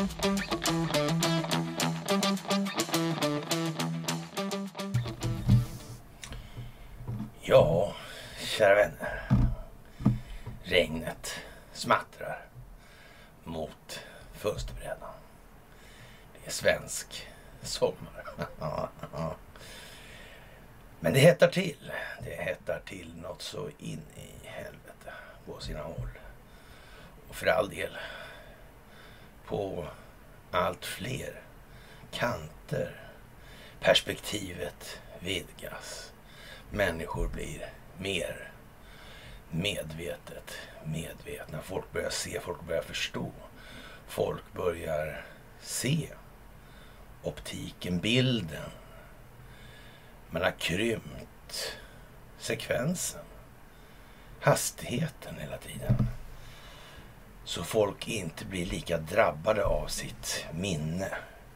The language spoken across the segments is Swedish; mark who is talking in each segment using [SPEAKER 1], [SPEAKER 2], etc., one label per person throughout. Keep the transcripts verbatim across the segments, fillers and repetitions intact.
[SPEAKER 1] Ja, kära vänner. Regnet smattrar mot fönsterbrädan. Det är svensk sommar. Men det hettar till. Det hettar till något så in i helvete på sina håll. Och för all del på allt fler kanter. Perspektivet vidgas. Människor blir mer medvetet medvetna. Folk börjar se, folk börjar förstå. Folk börjar se optiken, bilden. Man har krympt sekvensen, hastigheten hela tiden. Så folk inte blir lika drabbade av sitt minne.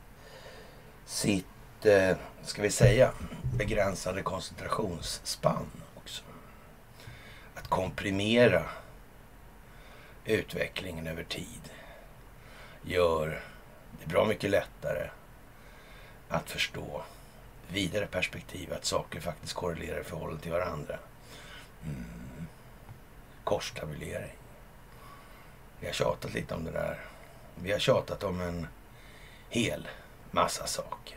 [SPEAKER 1] Sitt, eh, ska vi säga, begränsade koncentrationsspann också. Att komprimera utvecklingen över tid gör det bra mycket lättare att förstå vidare perspektiv, att saker faktiskt korrelerar i förhållande till varandra. Mm. Korstabulering. Vi har tjatat lite om det där. Vi har tjatat om en hel massa saker.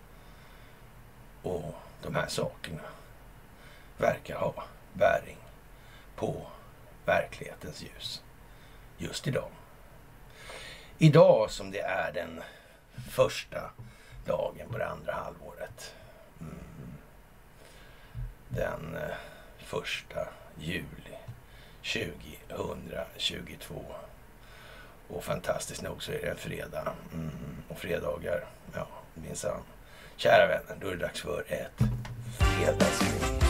[SPEAKER 1] Och de här sakerna verkar ha bäring på verklighetens ljus. Just idag. Idag som det är den första dagen på det andra halvåret. Mm. Den eh, första juli tjugohundratjugotvå. Och fantastiskt nog så är det en fredag. Mm. Och fredagar, ja, minsann. Kära vänner, då är det dags för ett fredagsmys.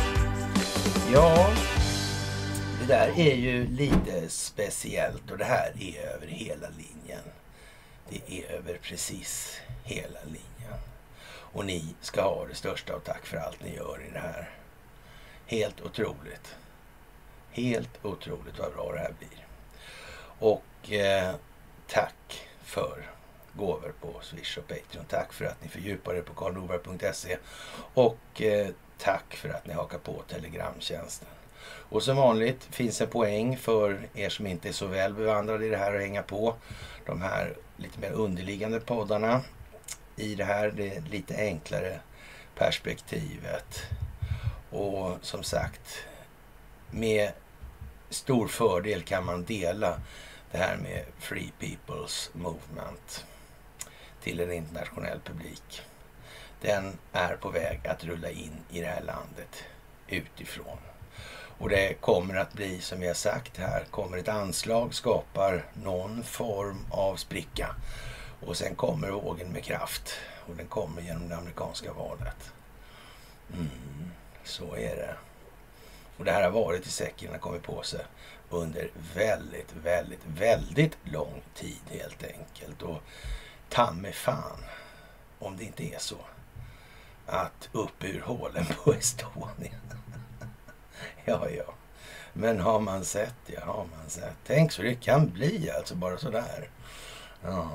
[SPEAKER 1] Ja, det där är ju lite speciellt och det här är över hela linjen. Det är över precis hela linjen. Och ni ska ha det största och tack för allt ni gör i det här. Helt otroligt. Helt otroligt vad bra det här blir. Och eh, tack för gåvor på Swish och Patreon. Tack för att ni fördjupar er på karl norberg punkt se. Och eh, tack för att ni hakar på Telegramtjänsten. Och som vanligt finns en poäng för er som inte är så väl bevandrade i det här att hänga på de här lite mer underliggande poddarna i det här, det lite enklare perspektivet. Och som sagt, med stor fördel kan man dela det här med Free People's Movement till en internationell publik. Den är på väg att rulla in i det här landet utifrån. Och det kommer att bli, som vi har sagt här, kommer ett anslag, skapar någon form av spricka. Och sen kommer vågen med kraft. Och den kommer genom det amerikanska valet. Mm, så är det. Och det här har varit i säcken och kommit på sig under väldigt, väldigt, väldigt lång tid helt enkelt. Och ta mig fan om det inte är så att upp ur hålen på Estonia. Ja, ja. Men har man sett, ja, har man sett. Tänk så det kan bli, alltså bara sådär. Ja.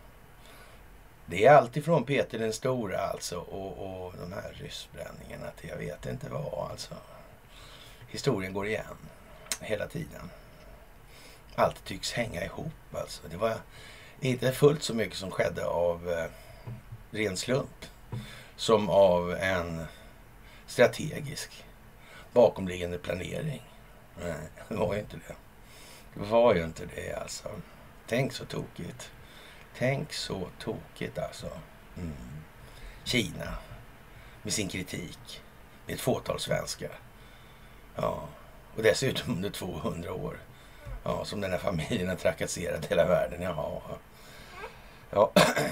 [SPEAKER 1] Det är alltid från Peter den Stora alltså och, och de här ryssbränningarna till jag vet inte vad alltså. Historien går igen hela tiden. Allt tycks hänga ihop alltså. Det var inte fullt så mycket som skedde av eh, ren slump som av en strategisk bakomliggande planering. Nej, det var ju inte det. Det var ju inte det alltså. Tänk så tokigt. Tänk så tokigt alltså. Mm. Kina med sin kritik med ett fåtal svenskar. Ja, och dessutom under tvåhundra år. Ja, som den här familjen har trakasserat hela världen. Ja. Ja.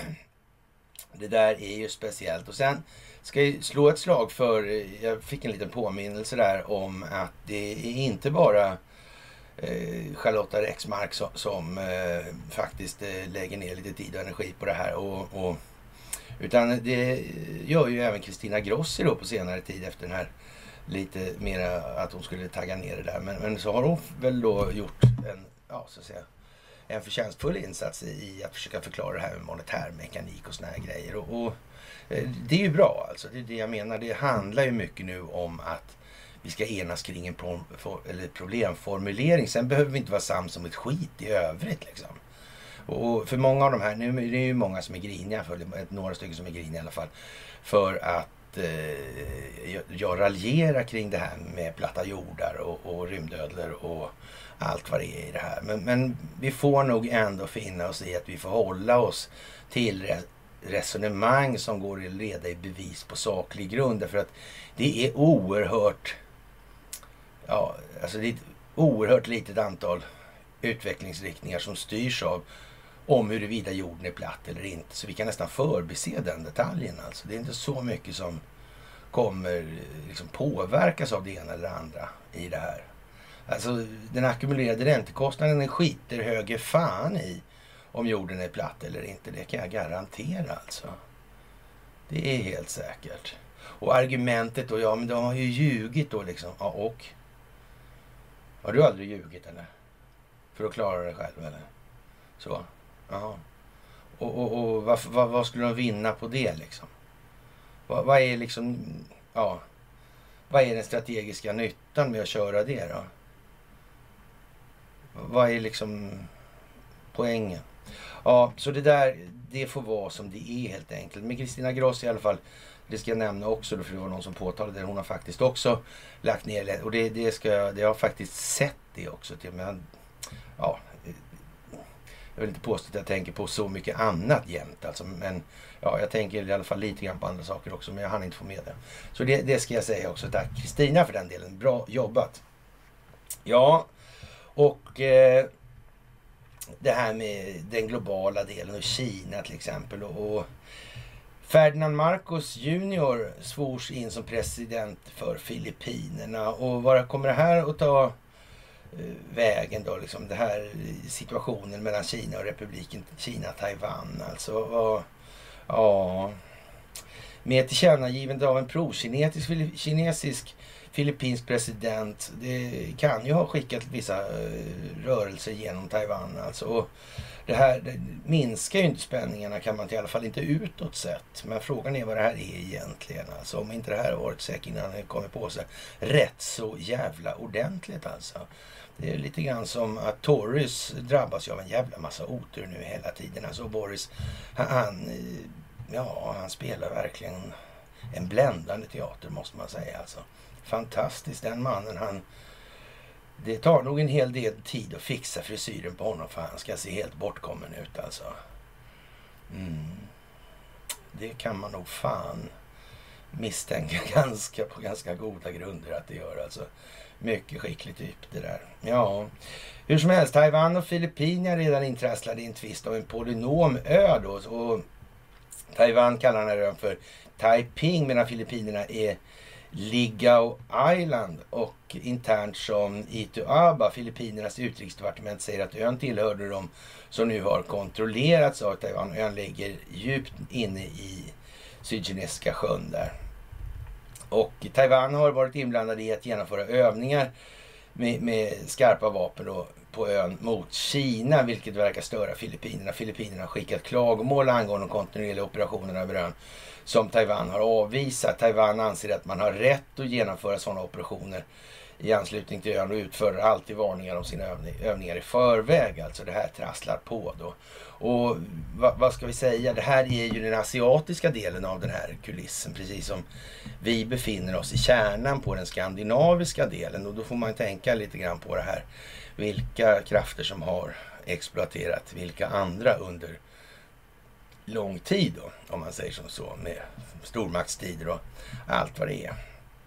[SPEAKER 1] Det där är ju speciellt. Och sen ska jag slå ett slag för, jag fick en liten påminnelse där om att det är inte bara eh, Charlotta Rexmark som, som eh, faktiskt eh, lägger ner lite tid och energi på det här. Och, och, utan det gör ju även Kristina Grossi då på senare tid efter den här lite mera att hon skulle tagga ner det där. Men, men så har hon väl då gjort en, ja så att säga, en förtjänstfull insats i att försöka förklara det här med monetär mekanik och såna här grejer. Och, och det är ju bra alltså. Det är det jag menar. Det handlar ju mycket nu om att vi ska enas kring en pro, for, eller problemformulering. Sen behöver vi inte vara sams om ett skit i övrigt liksom. Och för många av de här, nu är det ju många som är griniga, för några stycken som är griniga i alla fall, för att eh, jag, jag raljerar kring det här med platta jordar och, och rymdödlor och allt vad det är i det här. Men, men vi får nog ändå finna oss i att vi får hålla oss till resonemang som går att leda i bevis på saklig grund. Därför att det är oerhört, ja, alltså det är ett oerhört litet antal utvecklingsriktningar som styrs av om huruvida jorden är platt eller inte. Så vi kan nästan förbise den detaljen. Alltså. Det är inte så mycket som kommer liksom påverkas av det ena eller det andra i det här. Alltså den ackumulerade räntekostnaden är skiter höger fan i om jorden är platt eller inte. Det kan jag garantera alltså. Det är helt säkert. Och argumentet då, ja men de har ju ljugit då liksom. Ja och? Har du aldrig ljugit eller? För att klara dig själv eller? Så. Jaha. Och, och, och vad, vad, vad skulle de vinna på det liksom? Vad, vad är liksom, ja. Vad är den strategiska nyttan med att köra det då? Vad är liksom poängen? Ja, så det där, det får vara som det är helt enkelt. Men Kristina Gross i alla fall, det ska jag nämna också då, för det var någon som påtalade det. Hon har faktiskt också lagt ner, och det, det ska jag, det har faktiskt sett det också till. Men ja, jag vill inte påstå att jag tänker på så mycket annat jämt alltså, men ja, jag tänker i alla fall lite grann på andra saker också, men jag hann inte få med det. Så det, det ska jag säga också. Tack Kristina för den delen. Bra jobbat. Ja, och eh, det här med den globala delen och Kina till exempel. Och, och Ferdinand Marcos junior svors in som president för Filippinerna. Och vad kommer det här att ta vägen då, liksom det här situationen mellan Kina och republiken Kina-Taiwan alltså, och, ja, med tillkännagivande av en pro-kinesisk kinesisk filippinsk president, det kan ju ha skickat vissa rörelser genom Taiwan alltså, och det här det minskar ju inte spänningarna, kan man i alla fall inte utåt sett, men frågan är vad det här är egentligen alltså, om inte det här har varit säkert innan det kommer på sig rätt så jävla ordentligt alltså. Det är lite grann som att Tories drabbas av en jävla massa otur nu hela tiden. Alltså Boris, han, ja, han spelar verkligen en bländande teater måste man säga. Alltså. Fantastiskt, den mannen, han, det tar nog en hel del tid att fixa frisyren på honom för han ska se helt bortkommen ut alltså. Mm. Det kan man nog fan misstänka ganska på ganska goda grunder att det gör alltså. Mycket skicklig typ det där. Ja, hur som helst, Taiwan och Filippinerna redan intrasslade i en tvist av en polynom ö då. Och Taiwan kallar den här ön för Taiping medan Filippinerna är Ligao Island, och internt som Ituaba, Filippinernas utrikesdepartement, säger att ön tillhörde dem som nu har kontrollerats av Taiwan. Ön ligger djupt inne i Sydkinesiska sjön där. Och Taiwan har varit inblandad i att genomföra övningar med, med skarpa vapen då på ön mot Kina, vilket verkar störa Filippinerna. Filippinerna har skickat klagomål angående de kontinuerliga operationerna över ön som Taiwan har avvisat. Taiwan anser att man har rätt att genomföra sådana operationer i anslutning till ön och utför alltid varningar om sina övningar i förväg. Alltså det här trasslar på då. Och vad, vad ska vi säga? Det här är ju den asiatiska delen av den här kulissen, precis som vi befinner oss i kärnan på den skandinaviska delen. Och då får man tänka lite grann på det här. Vilka krafter som har exploaterat vilka andra under lång tid då, om man säger som så, med stormaktstider och allt vad det är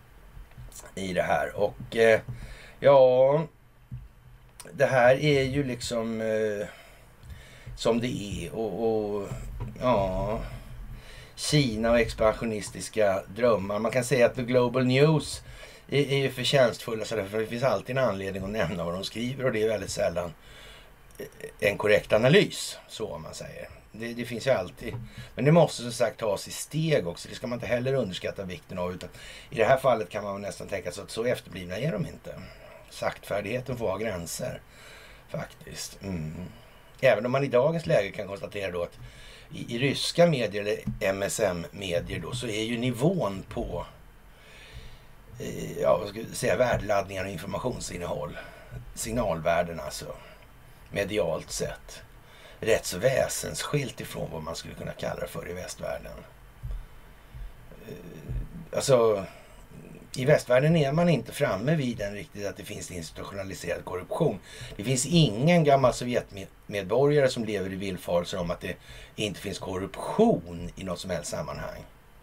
[SPEAKER 1] i det här. Och eh, ja, det här är ju liksom eh, som det är, och, och ja, Kina och expansionistiska drömmar. Man kan säga att The Global News är, är ju förtjänstfulla, så därför det finns alltid en anledning att nämna vad de skriver, och det är väldigt sällan en korrekt analys, så om man säger. Det, det finns ju alltid. Men det måste som sagt tas i steg också. Det ska man inte heller underskatta vikten av. Utan i det här fallet kan man nästan tänka sig att så efterblivna är de inte. Saktfärdigheten får ha gränser. Faktiskt. Mm. Även om man i dagens läge kan konstatera då att i, i ryska medier eller M S M-medier då så är ju nivån på eh, ja, vad ska jag säga, värdeladdningar och informationsinnehåll, signalvärden alltså, medialt sett, rätt så väsensskilt ifrån vad man skulle kunna kalla det för i västvärlden. Eh, alltså i västvärlden är man inte framme vid den riktigt att det finns institutionaliserad korruption. Det finns ingen gammal sovjetmedborgare som lever i villfarelser om att det inte finns korruption i något som helst sammanhang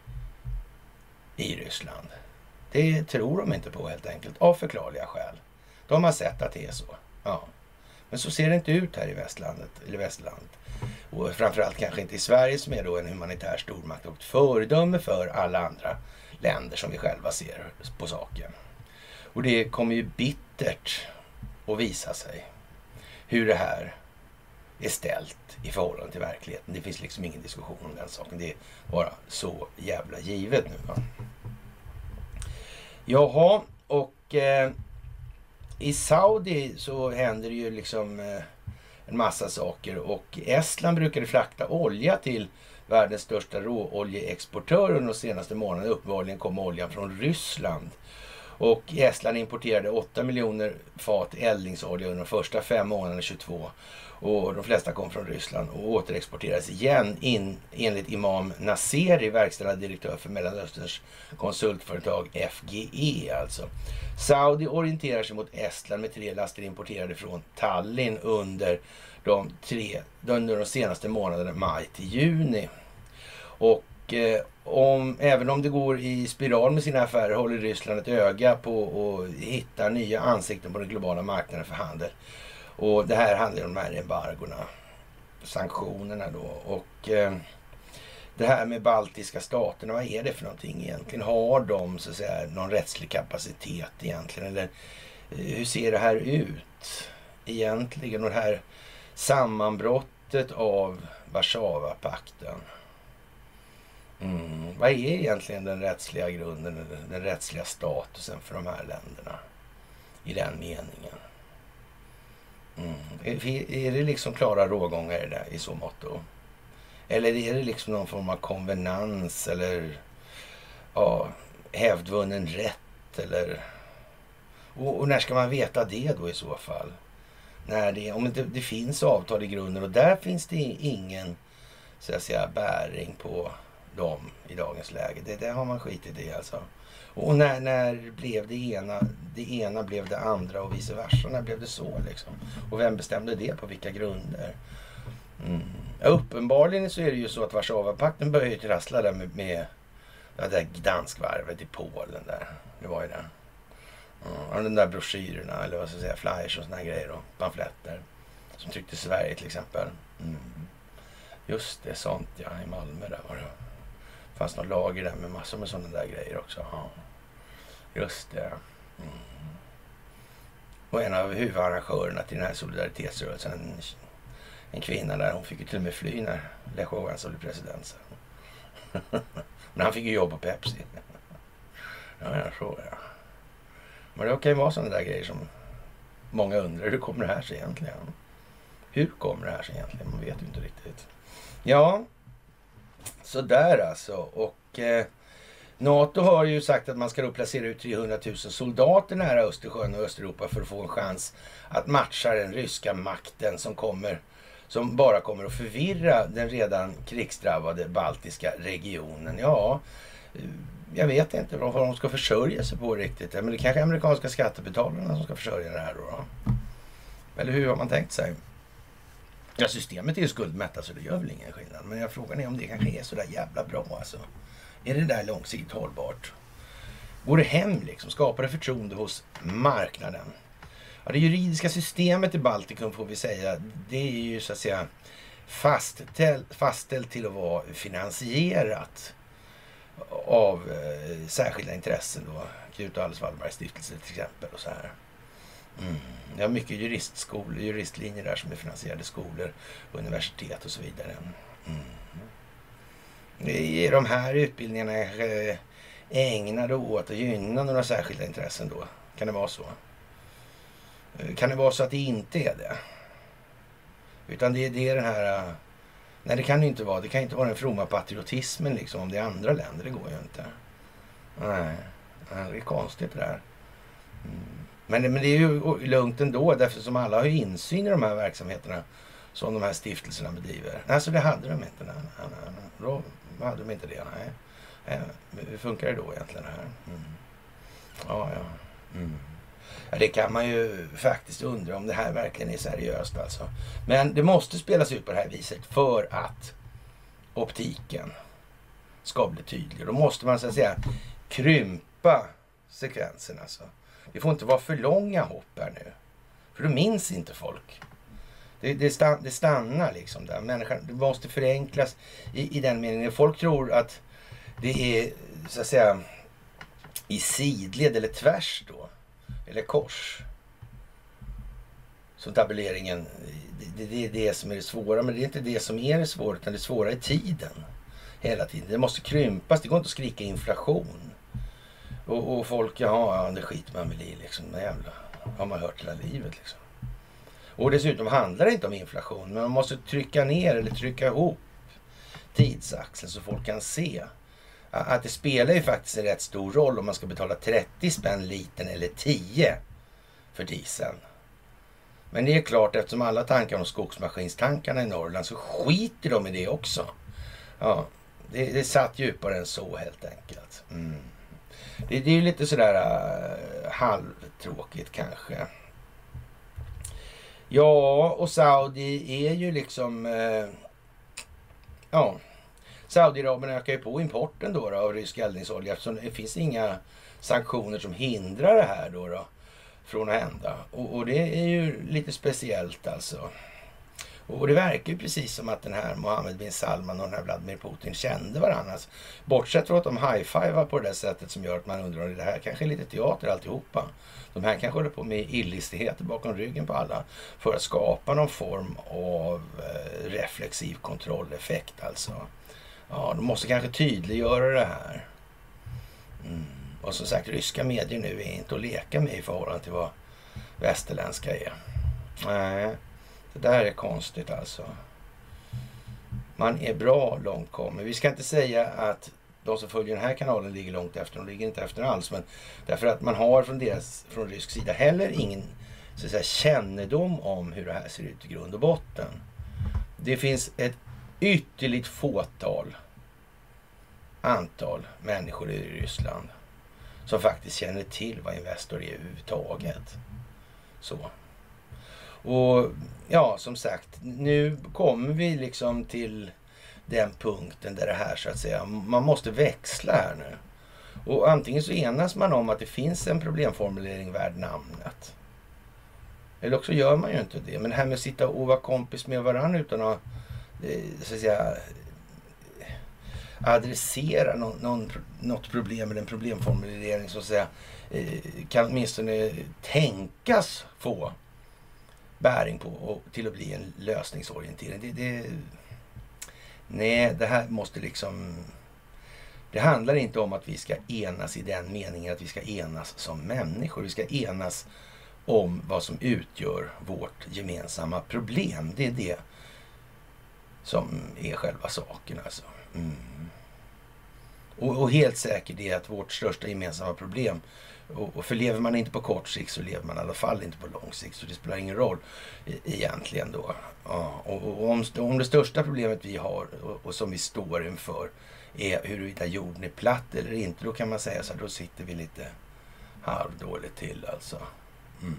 [SPEAKER 1] i Ryssland. Det tror de inte på helt enkelt, av förklarliga skäl. De har sett att det är så. Ja. Men så ser det inte ut här i västlandet, eller västlandet. Och framförallt kanske inte i Sverige som är då en humanitär stormakt och ett föredöme för alla andra länder som vi själva ser på saken. Och det kommer ju bittert att visa sig hur det här är ställt i förhållande till verkligheten. Det finns liksom ingen diskussion om den saken. Det är bara så jävla givet nu. Va? Jaha, och eh, i Saudi så händer det ju liksom eh, en massa saker. Och Estland brukade frakta olja till världens största råoljeexportör under de senaste månaderna. Uppenbarligen kom oljan från Ryssland. Och Estland importerade åtta miljoner fat eldningsolja under de första fem månaderna tjugotvå. Och de flesta kom från Ryssland och återexporterades igen in, enligt Imam Naseri, verkställande direktör för Mellanösterns konsultföretag F G E alltså. Saudi orienterar sig mot Estland med tre laster importerade från Tallinn under de, tre, under de senaste månaderna maj till juni. Och eh, om, även om det går i spiral med sina affärer håller Ryssland ett öga på att hitta nya ansikten på den globala marknaden för handel. Och det här handlar om de här embargorna, sanktionerna då. Och eh, det här med baltiska staterna, vad är det för någonting egentligen? Har de så att säga någon rättslig kapacitet egentligen? Eller eh, hur ser det här ut egentligen? Och det här sammanbrottet av Warszawapakten. Mm. Vad är egentligen den rättsliga grunden, den rättsliga statusen för de här länderna i den meningen? Mm. Är, är det liksom klara rågångar i, det, i så mått då? Eller är det liksom någon form av konvenans eller ja, hävdvunnen rätt? Eller, och, och när ska man veta det då i så fall? När det, om inte det finns avtal i grunden och där finns det ingen så att säga, bäring på dem i dagens läge. Det, det har man skit i det alltså. Och när, när blev det ena, det ena blev det andra och vice versa. När blev det så liksom? Och vem bestämde det på vilka grunder? Mm. Ja, uppenbarligen så är det ju så att Warszawapakten började ju trassla där med, med ja, det där Gdanskvarvet i Polen där. Det var ju det. Mm. Och de där broschyrerna eller vad ska jag säga, flyers och såna här grejer och pamfletter som tryckte Sverige till exempel. Mm. Just det, sånt ja, i Malmö där var det. Det fanns något lager där med massor med sådana där grejer också. Ja. Just det. Mm. Och en av huvudarrangörerna till den här solidaritetsrörelsen, en, en kvinna där, hon fick ju till och med fly när Lech Wałęsa blev president. Men han fick ju jobb på Pepsi. Ja, jag tror det. Men det kan ju vara sådana där grejer som många undrar, hur kommer det här sig egentligen? Hur kommer det här sig egentligen? Man vet ju inte riktigt. Ja, så där alltså. Och eh, NATO har ju sagt att man ska placera ut trehundratusen soldater nära Östersjön och Östeuropa för att få en chans att matcha den ryska makten som kommer, som bara kommer att förvirra den redan krigsdrabbade baltiska regionen. Ja, jag vet inte vad de ska försörja sig på riktigt. Men det kanske är amerikanska skattebetalarna som ska försörja det här då. då. Eller hur har man tänkt sig? Ja, systemet är ju skuldmättat så det gör väl ingen skillnad. Men jag frågar är om det kanske är så där jävla bra alltså. Är det där långsiktigt hållbart? Går det hem liksom? Skapar det förtroende hos marknaden? Ja, det juridiska systemet i Baltikum får vi säga, det är ju så att säga fastställt, fastställt till att vara finansierat av eh, särskilda intressen då. Knut och Alice Wallbergs stiftelse till exempel och så här. Mm. Det är mycket juristskolor, juristlinjer där som är finansierade skolor, universitet och så vidare. Mm. Är de här utbildningarna eh, ägnade åt att gynna några särskilda intressen då? Kan det vara så? Kan det vara så att det inte är det? Utan det, det är den här... Nej, det kan ju inte vara. Det kan inte vara den fromma patriotismen liksom om det är andra länder. Det går ju inte. Nej, det är konstigt det där. Mm. Men, men det är ju lugnt ändå, därför som alla har ju insyn i de här verksamheterna som de här stiftelserna bedriver. Alltså det hade de inte. Nej, nej, nej. Då hade de inte det. Nej. Nej. Hur funkar det då egentligen det här? Mm. Ja, ja. Mm. Ja, det kan man ju faktiskt undra om det här verkligen är seriöst alltså. Men det måste spelas ut på det här viset för att optiken ska bli tydlig. Då måste man så att säga krympa sekvensen alltså. Det får inte vara för långa hopp här nu. För då minns inte folk. Det, det, stann, det stannar liksom där. Människan, det måste förenklas i, i den meningen. Folk tror att det är så att säga i sidled eller tvärs då. Eller kors. Som tabuleringen, det, det är det som är det svåra. Men det är inte det som är det svåra, utan det svåra är tiden. Hela tiden. Det måste krympas. Det går inte att skrika inflation. Och, och folk, ja, det skiter man väl i liksom. Det jävla har man hört hela livet liksom. Och dessutom handlar det inte om inflation. Men man måste trycka ner eller trycka ihop tidsaxeln så folk kan se. Att det spelar ju faktiskt en rätt stor roll om man ska betala trettio spänn liten eller tio för dieseln. Men det är klart, eftersom alla tankar om skogsmaskinstankarna i Norrland så skiter de i det också. Ja, det, det satt djupare än så helt enkelt. Mm. Det, det är ju lite sådär uh, halvtråkigt kanske. Ja, och Saudi är ju liksom... Uh, ja... Saudiarabien ökar ju på importen då, då av rysk eldningsolja eftersom det finns inga sanktioner som hindrar det här då, då från att hända. Och, och det är ju lite speciellt alltså. Och det verkar ju precis som att den här Mohammed bin Salman och den här Vladimir Putin kände varandra. Alltså, bortsett från att de high-fivar på det sättet som gör att man undrar om det här kanske är lite teater alltihopa. De här kanske håller på med illistigheter bakom ryggen på alla för att skapa någon form av eh, reflexiv kontrolleffekt alltså. Ja, de måste kanske tydliggöra det här. Mm. Och som sagt, ryska medier nu är inte att leka med i förhållande till vad västerländska är. Nej, det där är konstigt alltså. Man är bra långt kommen. Vi ska inte säga att de som följer den här kanalen ligger långt efter. De ligger inte efter alls. Men därför att man har från, deras, från rysk sida heller ingen så att säga, kännedom om hur det här ser ut i grund och botten. Det finns ett ytterligt fåtal antal människor i Ryssland som faktiskt känner till vad Investor är överhuvudtaget. Så. Och ja, som sagt, nu kommer vi liksom till den punkten där det här så att säga, man måste växla här nu. Och antingen så enas man om att det finns en problemformulering värd namnet. Eller också gör man ju inte det. Men det här med att sitta och vara kompis med varandra utan att så att säga adressera någon, någon, något problem eller en problemformulering så att säga kan åtminstone tänkas få bäring på och till att bli en lösningsorientering. Det, det, nej, det här måste liksom... Det handlar inte om att vi ska enas i den meningen att vi ska enas som människor. Vi ska enas om vad som utgör vårt gemensamma problem. Det är det som är själva saken alltså. Mm. Och, och helt säkert är att vårt största gemensamma problem, och, och för lever man inte på kort sikt så lever man i alla fall inte på lång sikt, så det spelar ingen roll egentligen då. Ja, och, och om, om det största problemet vi har och, och som vi står inför är huruvida jorden är platt eller inte, då kan man säga så här, då sitter vi lite halvdåligt till alltså. Mm.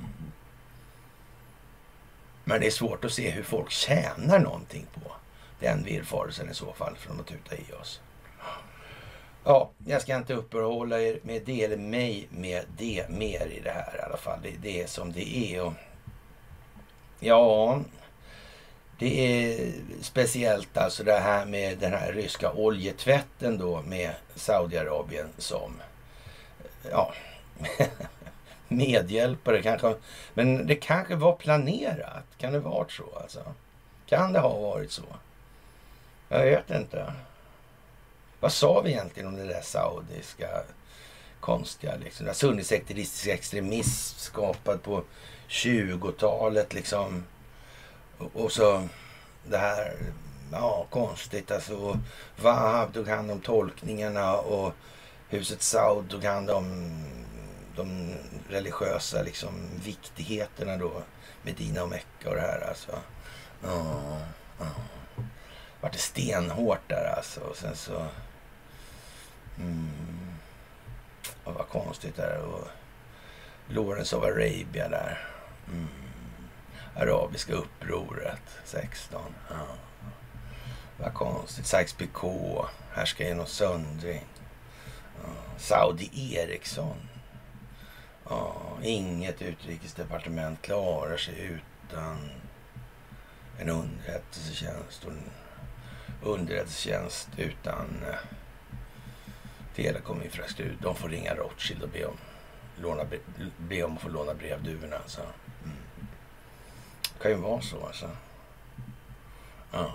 [SPEAKER 1] Men det är svårt att se hur folk tjänar någonting på den villfarelsen i så fall från att tuta i oss. Ja, jag ska inte uppehålla er med det eller mig med det mer i det här i alla fall. Det, det är som det är. Och ja, det är speciellt alltså det här med den här ryska oljetvätten då med Saudiarabien som ja medhjälpare kanske. Men det kanske var planerat. Kan det vara så alltså? Kan det ha varit så? Jag vet inte. Vad sa vi egentligen om det där saudiska konstiga liksom? Sunnisekteristisk extremism skapad på tjugotalet liksom. Och, och så det här, ja konstigt alltså. Wahab tog hand om tolkningarna och huset Saud tog hand om de religiösa liksom viktigheterna då. Medina och Mecka och det här alltså. Ja, ja. Vart det stenhårt där alltså. Och sen så... Mm, och vad konstigt där. Och Lawrence of Arabia där. Mm. Arabiska upproret. sexton. Ja. Vad konstigt. Sykes-Picot. Här ska genom söndring. Ja. Saudi Eriksson. Ja. Inget utrikesdepartement klarar sig utan en underrättelsetjänst. Och en underrättelsetjänst utan eh, telekominfrastruktur. De får ringa Rothschild och be om, låna, be om att få låna brevduvorna. Alltså. Mm. Det kan ju vara så alltså. Ja.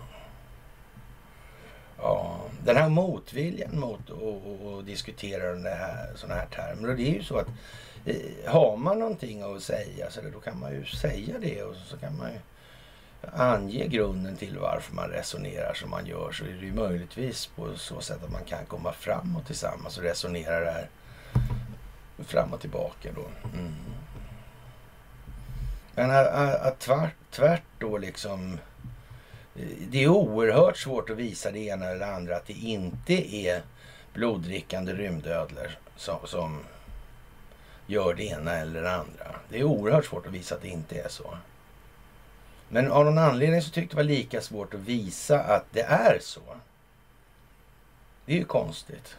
[SPEAKER 1] Ja, den här motviljan mot att diskutera den här, såna här termer. Och det är ju så att eh, har man någonting att säga så då kan man ju säga det och så kan man ju ange grunden till varför man resonerar som man gör, så är det ju möjligtvis på så sätt att man kan komma framåt tillsammans och resonera det här fram och tillbaka då. Mm. Men att, att tvärt, tvärt då liksom, det är oerhört svårt att visa det ena eller det andra att det inte är bloddrickande rymdödlor som, som gör det ena eller det andra. Det är oerhört svårt att visa att det inte är så. Men av någon anledning så tyckte det var lika svårt att visa att det är så. Det är ju konstigt.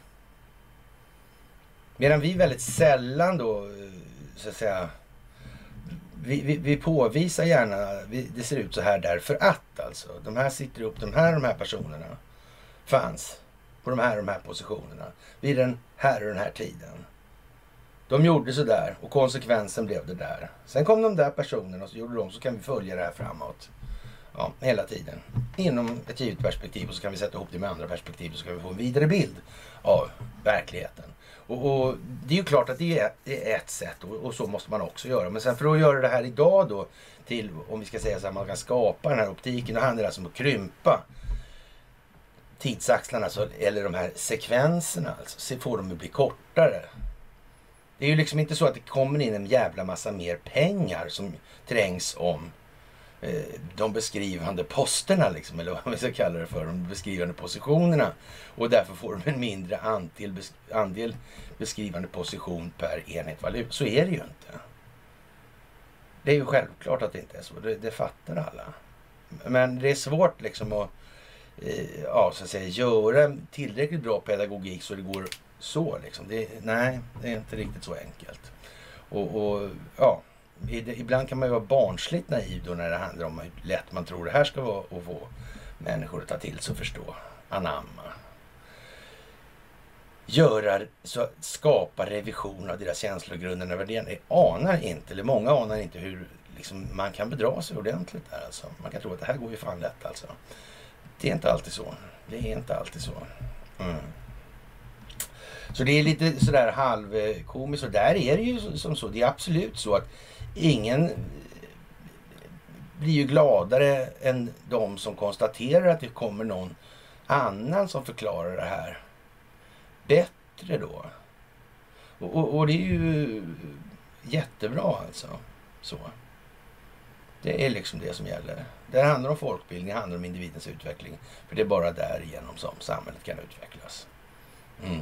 [SPEAKER 1] Medan vi väldigt sällan då, så att säga, vi, vi, vi påvisar gärna, vi, det ser ut så här därför att alltså, de här sitter upp, de här de här personerna fanns på de här de här positionerna vid den här och den här tiden. De gjorde så där och konsekvensen blev det där. Sen kom de där personerna och så gjorde de, så kan vi följa det här framåt. Ja, hela tiden. Inom ett givet perspektiv, och så kan vi sätta ihop det med andra perspektiv och så kan vi få en vidare bild av verkligheten. Och, och det är ju klart att det är, det är ett sätt och, och så måste man också göra. Men sen för att göra det här idag då till, om vi ska säga så här, man kan skapa den här optiken, och handlar det alltså om att krympa tidsaxlarna alltså, eller de här sekvenserna alltså, så får de att bli kortare. Det är ju liksom inte så att det kommer in en jävla massa mer pengar som trängs om eh, de beskrivande posterna liksom, eller vad man ska kalla det för, de beskrivande positionerna. Och därför får de en mindre andel, andel beskrivande position per enhet valuta. Så är det ju inte. Det är ju självklart att det inte är så. Det, det fattar alla. Men det är svårt liksom att, eh, ja, så att säga, göra en tillräckligt bra pedagogik så det går så liksom. Det, nej, det är inte riktigt så enkelt. Och, och ja, ibland kan man ju vara barnsligt naiv då när det handlar om hur lätt man tror det här ska vara att få människor att ta till sig och förstå. Anamma. Göra, så skapa revision av deras känslogrunder och värderingar. Anar inte, eller många anar inte hur liksom, man kan bedra sig ordentligt där alltså. Man kan tro att det här går ju fan lätt alltså. Det är inte alltid så. Det är inte alltid så. Mm. Så det är lite sådär halvkomiskt, och där är det ju som så, det är absolut så att ingen blir ju gladare än de som konstaterar att det kommer någon annan som förklarar det här bättre då. Och, och, och det är ju jättebra alltså. Så. Det är liksom det som gäller. Det handlar om folkbildning, det handlar om individens utveckling. För det är bara därigenom som samhället kan utvecklas. Mm.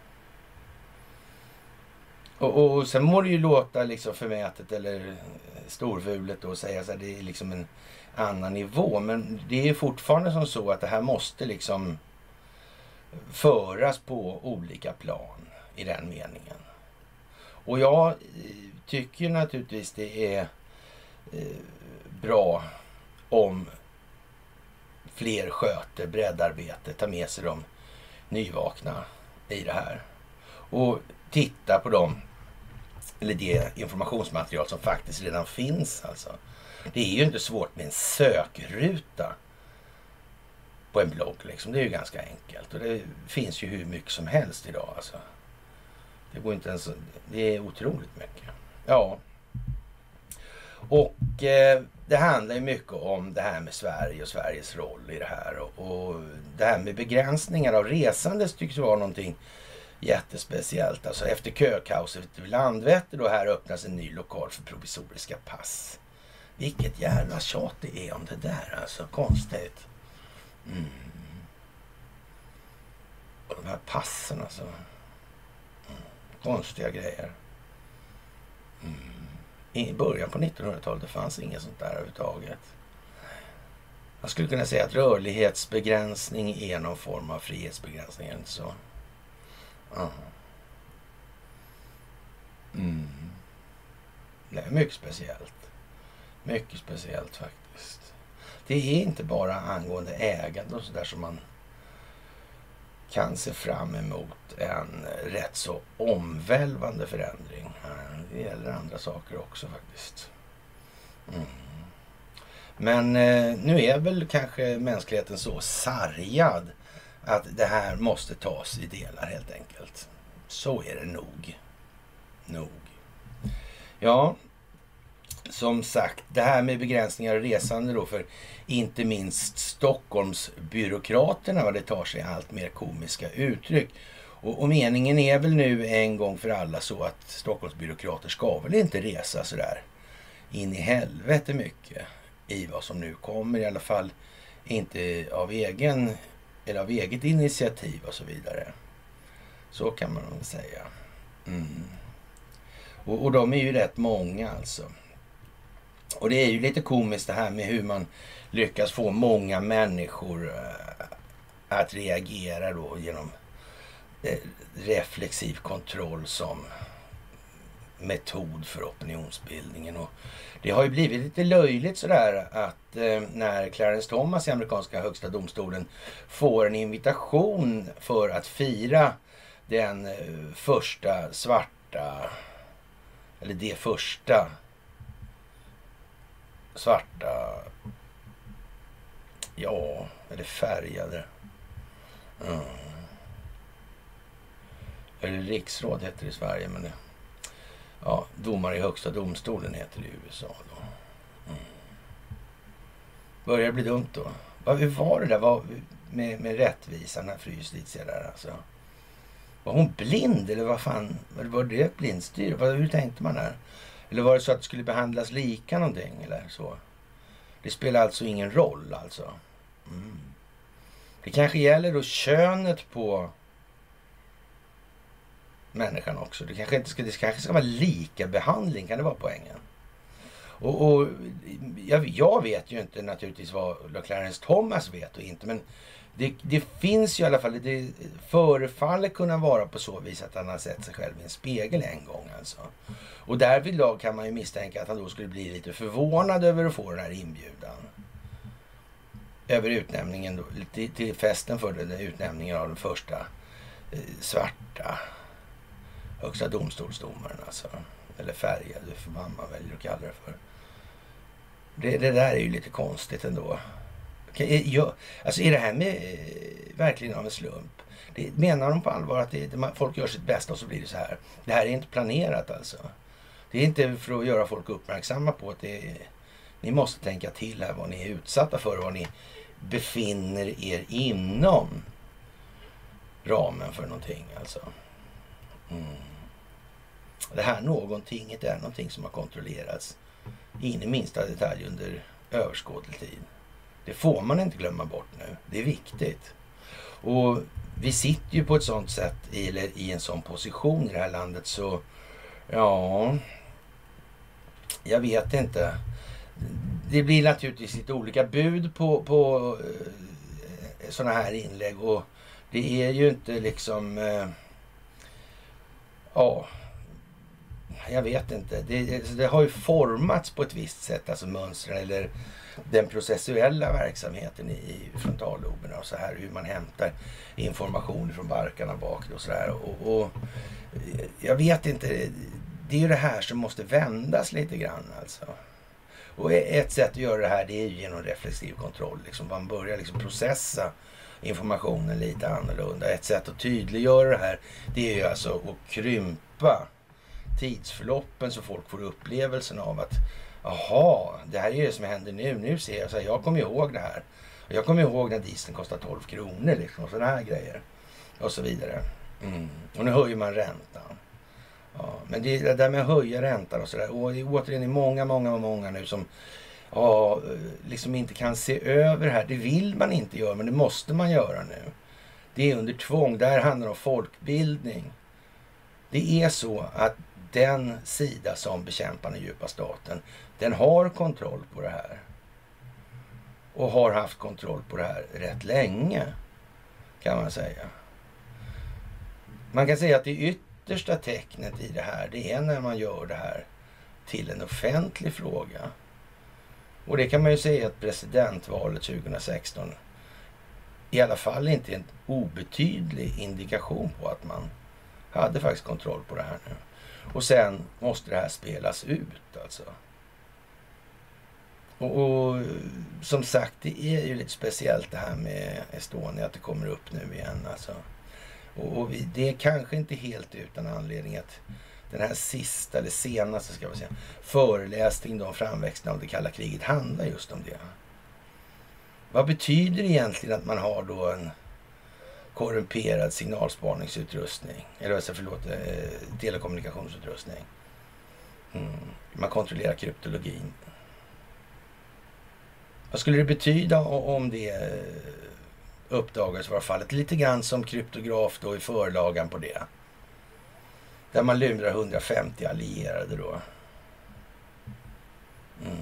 [SPEAKER 1] Och, och sen må det ju låta liksom förmätet eller storvulet och säga så här, det är liksom en annan nivå. Men det är ju fortfarande som så att det här måste liksom föras på olika plan i den meningen. Och jag tycker naturligtvis det är eh, bra om fler sköter breddarbete, tar med sig de nyvakna i det här. Och titta på dem, eller det informationsmaterial som faktiskt redan finns alltså. Det är ju inte svårt med en sökruta på en blogg liksom. Det är ju ganska enkelt. Och det finns ju hur mycket som helst idag alltså. Det går inte ens, det är otroligt mycket. Ja. Och eh, det handlar ju mycket om det här med Sverige och Sveriges roll i det här. Och, och det här med begränsningar av resandes tycks vara någonting jättespeciellt. Alltså efter kökaoset vid Landvetter då här öppnas en ny lokal för provisoriska pass. Vilket jävla tjat det är om det där, alltså konstigt. Mm. Och de här passen alltså. Mm. Konstiga grejer. Mm. I början på nittonhundratalet det fanns inget sånt där överhuvudtaget. Jag skulle kunna säga att rörlighetsbegränsning är någon form av frihetsbegränsning eller så. Mm. Mm. Det är mycket speciellt. Mycket speciellt faktiskt. Det är inte bara angående ägande och sådär som man kan se fram emot en rätt så omvälvande förändring. Det gäller andra saker också faktiskt. Mm. Men eh, nu är väl kanske mänskligheten så sargad att det här måste tas i delar helt enkelt. Så är det nog. Nog. Ja, som sagt, det här med begränsningar och resande då för inte minst Stockholmsbyråkraterna, vad det tar sig allt mer komiska uttryck. Och, och meningen är väl nu en gång för alla så att Stockholmsbyråkrater ska väl inte resa så där in i helvete mycket i vad som nu kommer, i alla fall inte av egen eller av eget initiativ och så vidare. Så kan man väl säga. Mm. Och, och de är ju rätt många alltså. Och det är ju lite komiskt det här med hur man lyckas få många människor äh, att reagera då genom äh, reflexiv kontroll som metod för opinionsbildningen. Och det har ju blivit lite löjligt sådär att eh, när Clarence Thomas i amerikanska högsta domstolen får en invitation för att fira den eh, första svarta, eller det första svarta, ja, eller färgade, mm. eller riksråd heter det i Sverige, men det, ja, domare i högsta domstolen heter det i U S A då. Mm. Börjar det bli dumt då? Vad var det där var med, med rättvisan här för justitia där alltså? Var hon blind eller vad fan? Var det ett blindstyr? Hur tänkte man där? Eller var det så att det skulle behandlas lika någonting eller så? Det spelar alltså ingen roll alltså. Mm. Det kanske gäller då könet på människan också. Det kanske inte ska, det kanske ska vara lika behandling, kan det vara poängen? Och, och jag, jag vet ju inte naturligtvis vad Clarence Thomas vet och inte, men det, det finns ju i alla fall, det förefaller kunna vara på så vis att han har sett sig själv i en spegel en gång alltså. Och därvidlag kan man ju misstänka att han då skulle bli lite förvånad över att få den här inbjudan. Över utnämningen då, till, till festen för den utnämningen av den första eh, svarta högsta domstolsdomaren alltså. Eller färgad, för mamma väljer att kalla det för. Det, det där är ju lite konstigt ändå. Jag, alltså är det här med eh, verkligen av en slump? Det, menar de på allvar att det, det, folk gör sitt bästa och så blir det så här? Det här är inte planerat alltså. Det är inte för att göra folk uppmärksamma på att det är, ni måste tänka till här vad ni är utsatta för, vad ni befinner er inom ramen för någonting alltså. Mm. Det här någonting är någonting som har kontrollerats in i minsta detalj under överskådlig tid. Det får man inte glömma bort nu. Det är viktigt. Och vi sitter ju på ett sånt sätt i, eller i en sån position i det här landet så ja, jag vet inte. Det blir naturligtvis lite olika bud på, på eh, såna här inlägg och det är ju inte liksom eh, ja, jag vet inte. Det, det har ju formats på ett visst sätt, alltså mönstren eller den processuella verksamheten i frontalloberna och så här, hur man hämtar information från barkarna bak och så där. Och, och jag vet inte, det är ju det här som måste vändas lite grann alltså. Och ett sätt att göra det här, det är ju genom reflexiv kontroll. Liksom. Man börjar liksom processa informationen lite annorlunda. Ett sätt att tydliggöra det här, det är ju alltså att krympa tidsförloppen så folk får upplevelsen av att Jaha, det här är det som händer nu. Nu ser jag så här, jag kommer ihåg det här. Jag kommer ihåg när dieseln kostar tolv kronor liksom, och sådana här grejer. Och så vidare. Mm. Och nu höjer man räntan. Ja, men det, det där med att höja räntan och sådär. Och det är återigen är många, många, många nu som ja, liksom inte kan se över det här. Det vill man inte göra, men det måste man göra nu. Det är under tvång. Det här handlar om folkbildning. Det är så att den sida som bekämpar den djupa staten, den har kontroll på det här. Och har haft kontroll på det här rätt länge, kan man säga. Man kan säga att det yttersta tecknet i det här, det är när man gör det här till en offentlig fråga. Och det kan man ju säga att presidentvalet tjugohundrasexton i alla fall inte är en obetydlig indikation på att man hade faktiskt kontroll på det här nu. Och sen måste det här spelas ut alltså. Och, och som sagt, det är ju lite speciellt det här med Estonia, att det kommer upp nu igen alltså. Och, och vi, det är kanske inte helt utan anledning att den här sista, eller senaste ska vi säga, föreläsningen om framväxten av det kalla kriget handlar just om det. Vad betyder egentligen att man har då en korrumperad signalspaningsutrustning, eller alltså, förlåt, eh, telekommunikationsutrustning. Mm. Man kontrollerar kryptologin. Vad skulle det betyda om det uppdagades var fallet? Lite grann som kryptograf då i förlagan på det. Där man lurar hundrafemtio allierade då. Mm.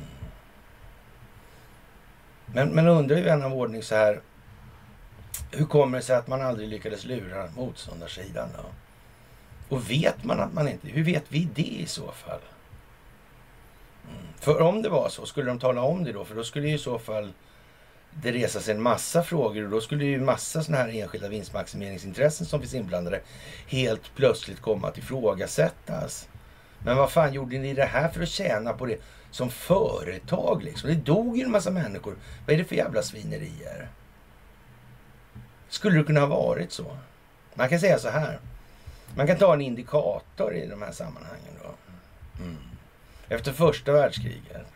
[SPEAKER 1] Men, men undrar ju en av ordning så här. Hur kommer det sig att man aldrig lyckades lura motståndarsidan då? Och vet man att man inte... Hur vet vi det i så fall? Mm. För om det var så, skulle de tala om det då? För då skulle ju i så fall det resas en massa frågor. Och då skulle ju massa sådana här enskilda vinstmaximeringsintressen som finns inblandade helt plötsligt komma att ifrågasättas. Men vad fan gjorde ni det här för att tjäna på det som företag liksom? Det dog ju en massa människor. Vad är det för jävla svinerier? Skulle det kunna ha varit så? Man kan säga så här. Man kan ta en indikator i de här sammanhangen då. Mm. Efter första världskriget.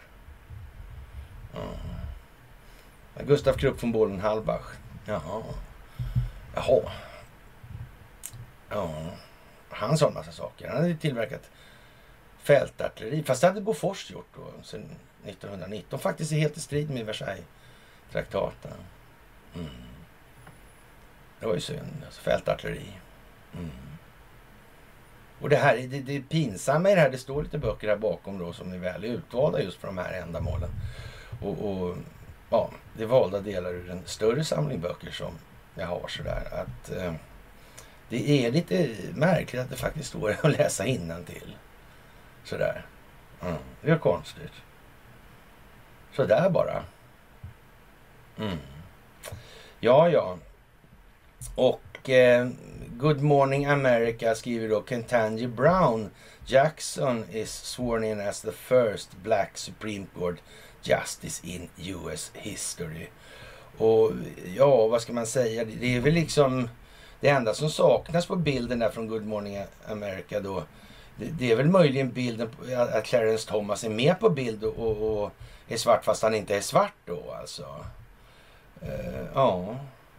[SPEAKER 1] Ja. Gustav Krupp von Bohlen-Halbach. Jaha. Jaha. Ja. Han sa en massa saker. Han hade tillverkat fältartilleri. Fast det hade Bofors gjort då. Sedan nittonhundranitton. Faktiskt är helt i strid med Versailles-traktaten. Mm. Det var ju synd. Alltså fältartilleri. Mm. Och det här, det, det pinsamma i det här, det står lite böcker här bakom då som är väl utvalda just för de här ändamålen. Och, och ja, det är valda delar ur en större samling böcker som jag har sådär. Att eh, det är lite märkligt att det faktiskt står att läsa innantill. Sådär. Mm. Det är konstigt. Sådär bara. Mm. Ja, ja. Och eh, Good Morning America skriver då Ketanji Brown Jackson is sworn in as the first black Supreme Court Justice in U S history. Och ja, vad ska man säga? Det är väl liksom det enda som saknas på bilden där från Good Morning America då. Det, det är väl möjligen bilden på, att Clarence Thomas är med på bild och, och, och är svart fast han inte är svart då alltså. Uh, ja.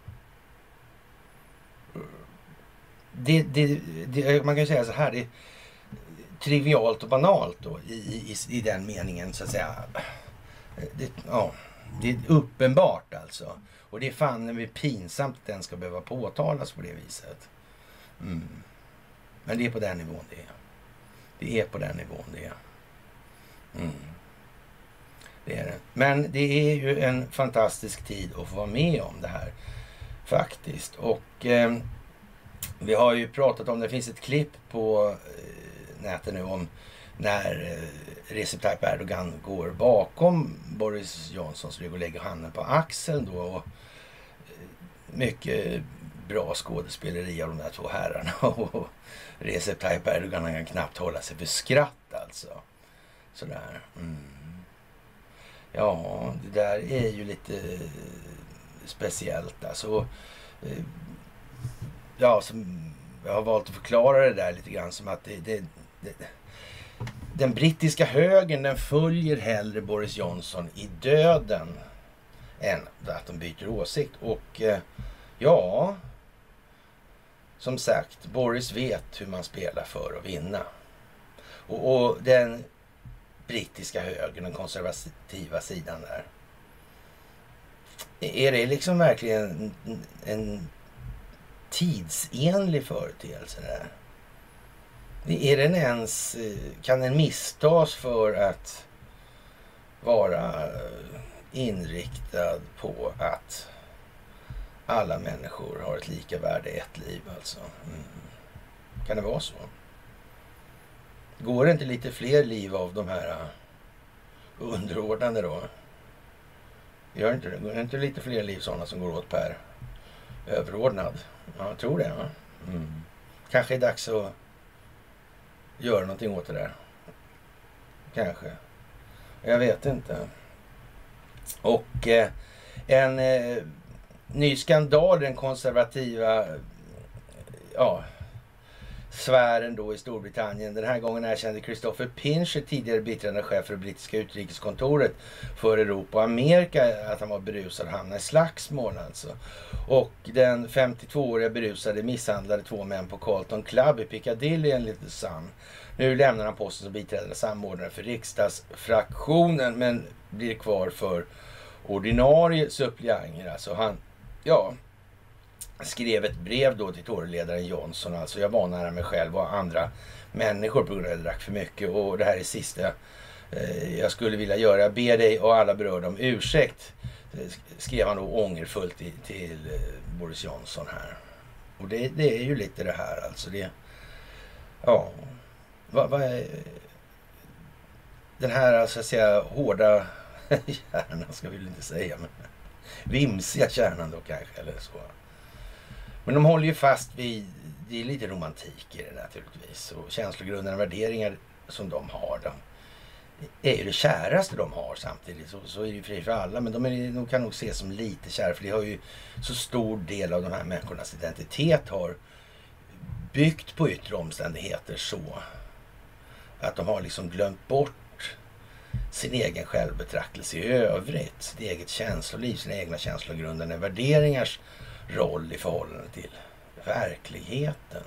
[SPEAKER 1] Det, det, det, man kan ju säga så här, det är trivialt och banalt då i, i, i den meningen så att säga. Det, ja, det är uppenbart alltså. Och det är fan när det är pinsamt att den ska behöva påtalas på det viset. Mm. Men det är på den nivån det är. Det är på den nivån det är. Mm. Det är det. Men det är ju en fantastisk tid att få vara med om det här. Faktiskt. Och eh, vi har ju pratat om, det finns ett klipp på eh, nätet nu om när eh, Recep Tayyip Erdogan går bakom Boris Johnsons rygg och lägger handen på axeln då. Och, eh, mycket bra skådespeleri av de där två herrarna. Och Recep Tayyip Erdogan kan knappt hålla sig för skratt alltså. Sådär. Mm. Ja, det där är ju lite speciellt alltså. Eh, ja, som jag har valt att förklara det där lite grann som att det, det, det den brittiska högern, den följer hellre Boris Johnson i döden än att de byter åsikt. Och eh, ja, som sagt, Boris vet hur man spelar för att vinna. Och, och den brittiska högern, den konservativa sidan där. Är det liksom verkligen en, en tidsenlig företeelse där? Är den ens, kan den misstas för att vara inriktad på att alla människor har ett lika värde, ett liv alltså? Mm. Kan det vara så? Går det inte lite fler liv av de här underordnade då? Gör inte det? Går det inte lite fler liv sådana som går åt per överordnad? Ja, jag tror det. Ja. Mm. Kanske är det dags att göra någonting åt det där. Kanske. Jag vet inte. Och eh, en eh, ny skandal i den konservativa ja, sfären då i Storbritannien. Den här gången erkände Christopher Pincher, tidigare biträdande chef för det brittiska utrikeskontoret för Europa och Amerika, att han var berusad och hamnade i slagsmål alltså. Och den femtiotvååriga berusade misshandlade två män på Carlton Club i Piccadilly enligt The Sun. Nu lämnar han posten som biträdande samordnare för riksdagsfraktionen men blir kvar för ordinarie suppleanter. Alltså han, ja, skrev ett brev då till Toryledaren Johnson. Alltså jag varnar mig själv och andra människor på grund av att jag drack för mycket. Och det här är sista eh, jag skulle vilja göra. Jag ber dig och alla berörda om ursäkt. Skrev han då ångerfullt till, till eh, Boris Johnson här. Och det, det är ju lite det här alltså. Det, ja, vad, vad är den här så att säga hårda kärnan ska vi väl inte säga. Men vimsiga kärnan då kanske eller så. Men de håller ju fast vid, det är lite romantik i det naturligtvis. Och känslogrunderna och värderingar som de har, de är ju det käraste de har samtidigt. Så, så är det ju fri för alla, men de, är, de kan nog ses som lite kära. För det har ju så stor del av de här människornas identitet har byggt på yttre omständigheter så att de har liksom glömt bort sin egen självbetraktelse i övrigt. Sitt eget känsloliv, sina egna känslogrundande värderingars roll i förhållande till verkligheten.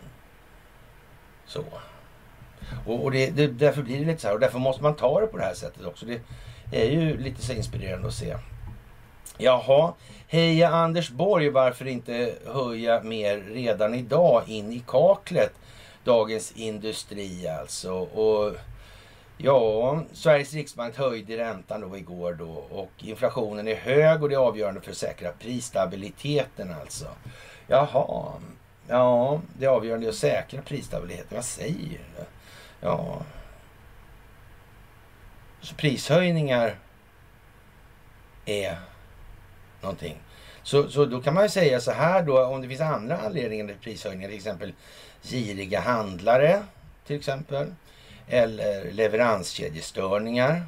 [SPEAKER 1] Så. Och, och det, det, därför blir det lite så här. Och därför måste man ta det på det här sättet också. Det är ju lite så inspirerande att se. Jaha, heja Anders Borg, varför inte höja mer redan idag in i kaklet? Dagens Industri alltså. Och ja, Sveriges riksbank höjde räntan då igår då och inflationen är hög och det är avgörande för att säkra prisstabiliteten alltså. Jaha, ja, det är avgörande att säkra prisstabiliteten. Vad säger du? Ja, så prishöjningar är någonting. Så, så då kan man ju säga så här då, om det finns andra anledningar till prishöjningar, till exempel giriga handlare till exempel. Eller leveranskedjestörningar,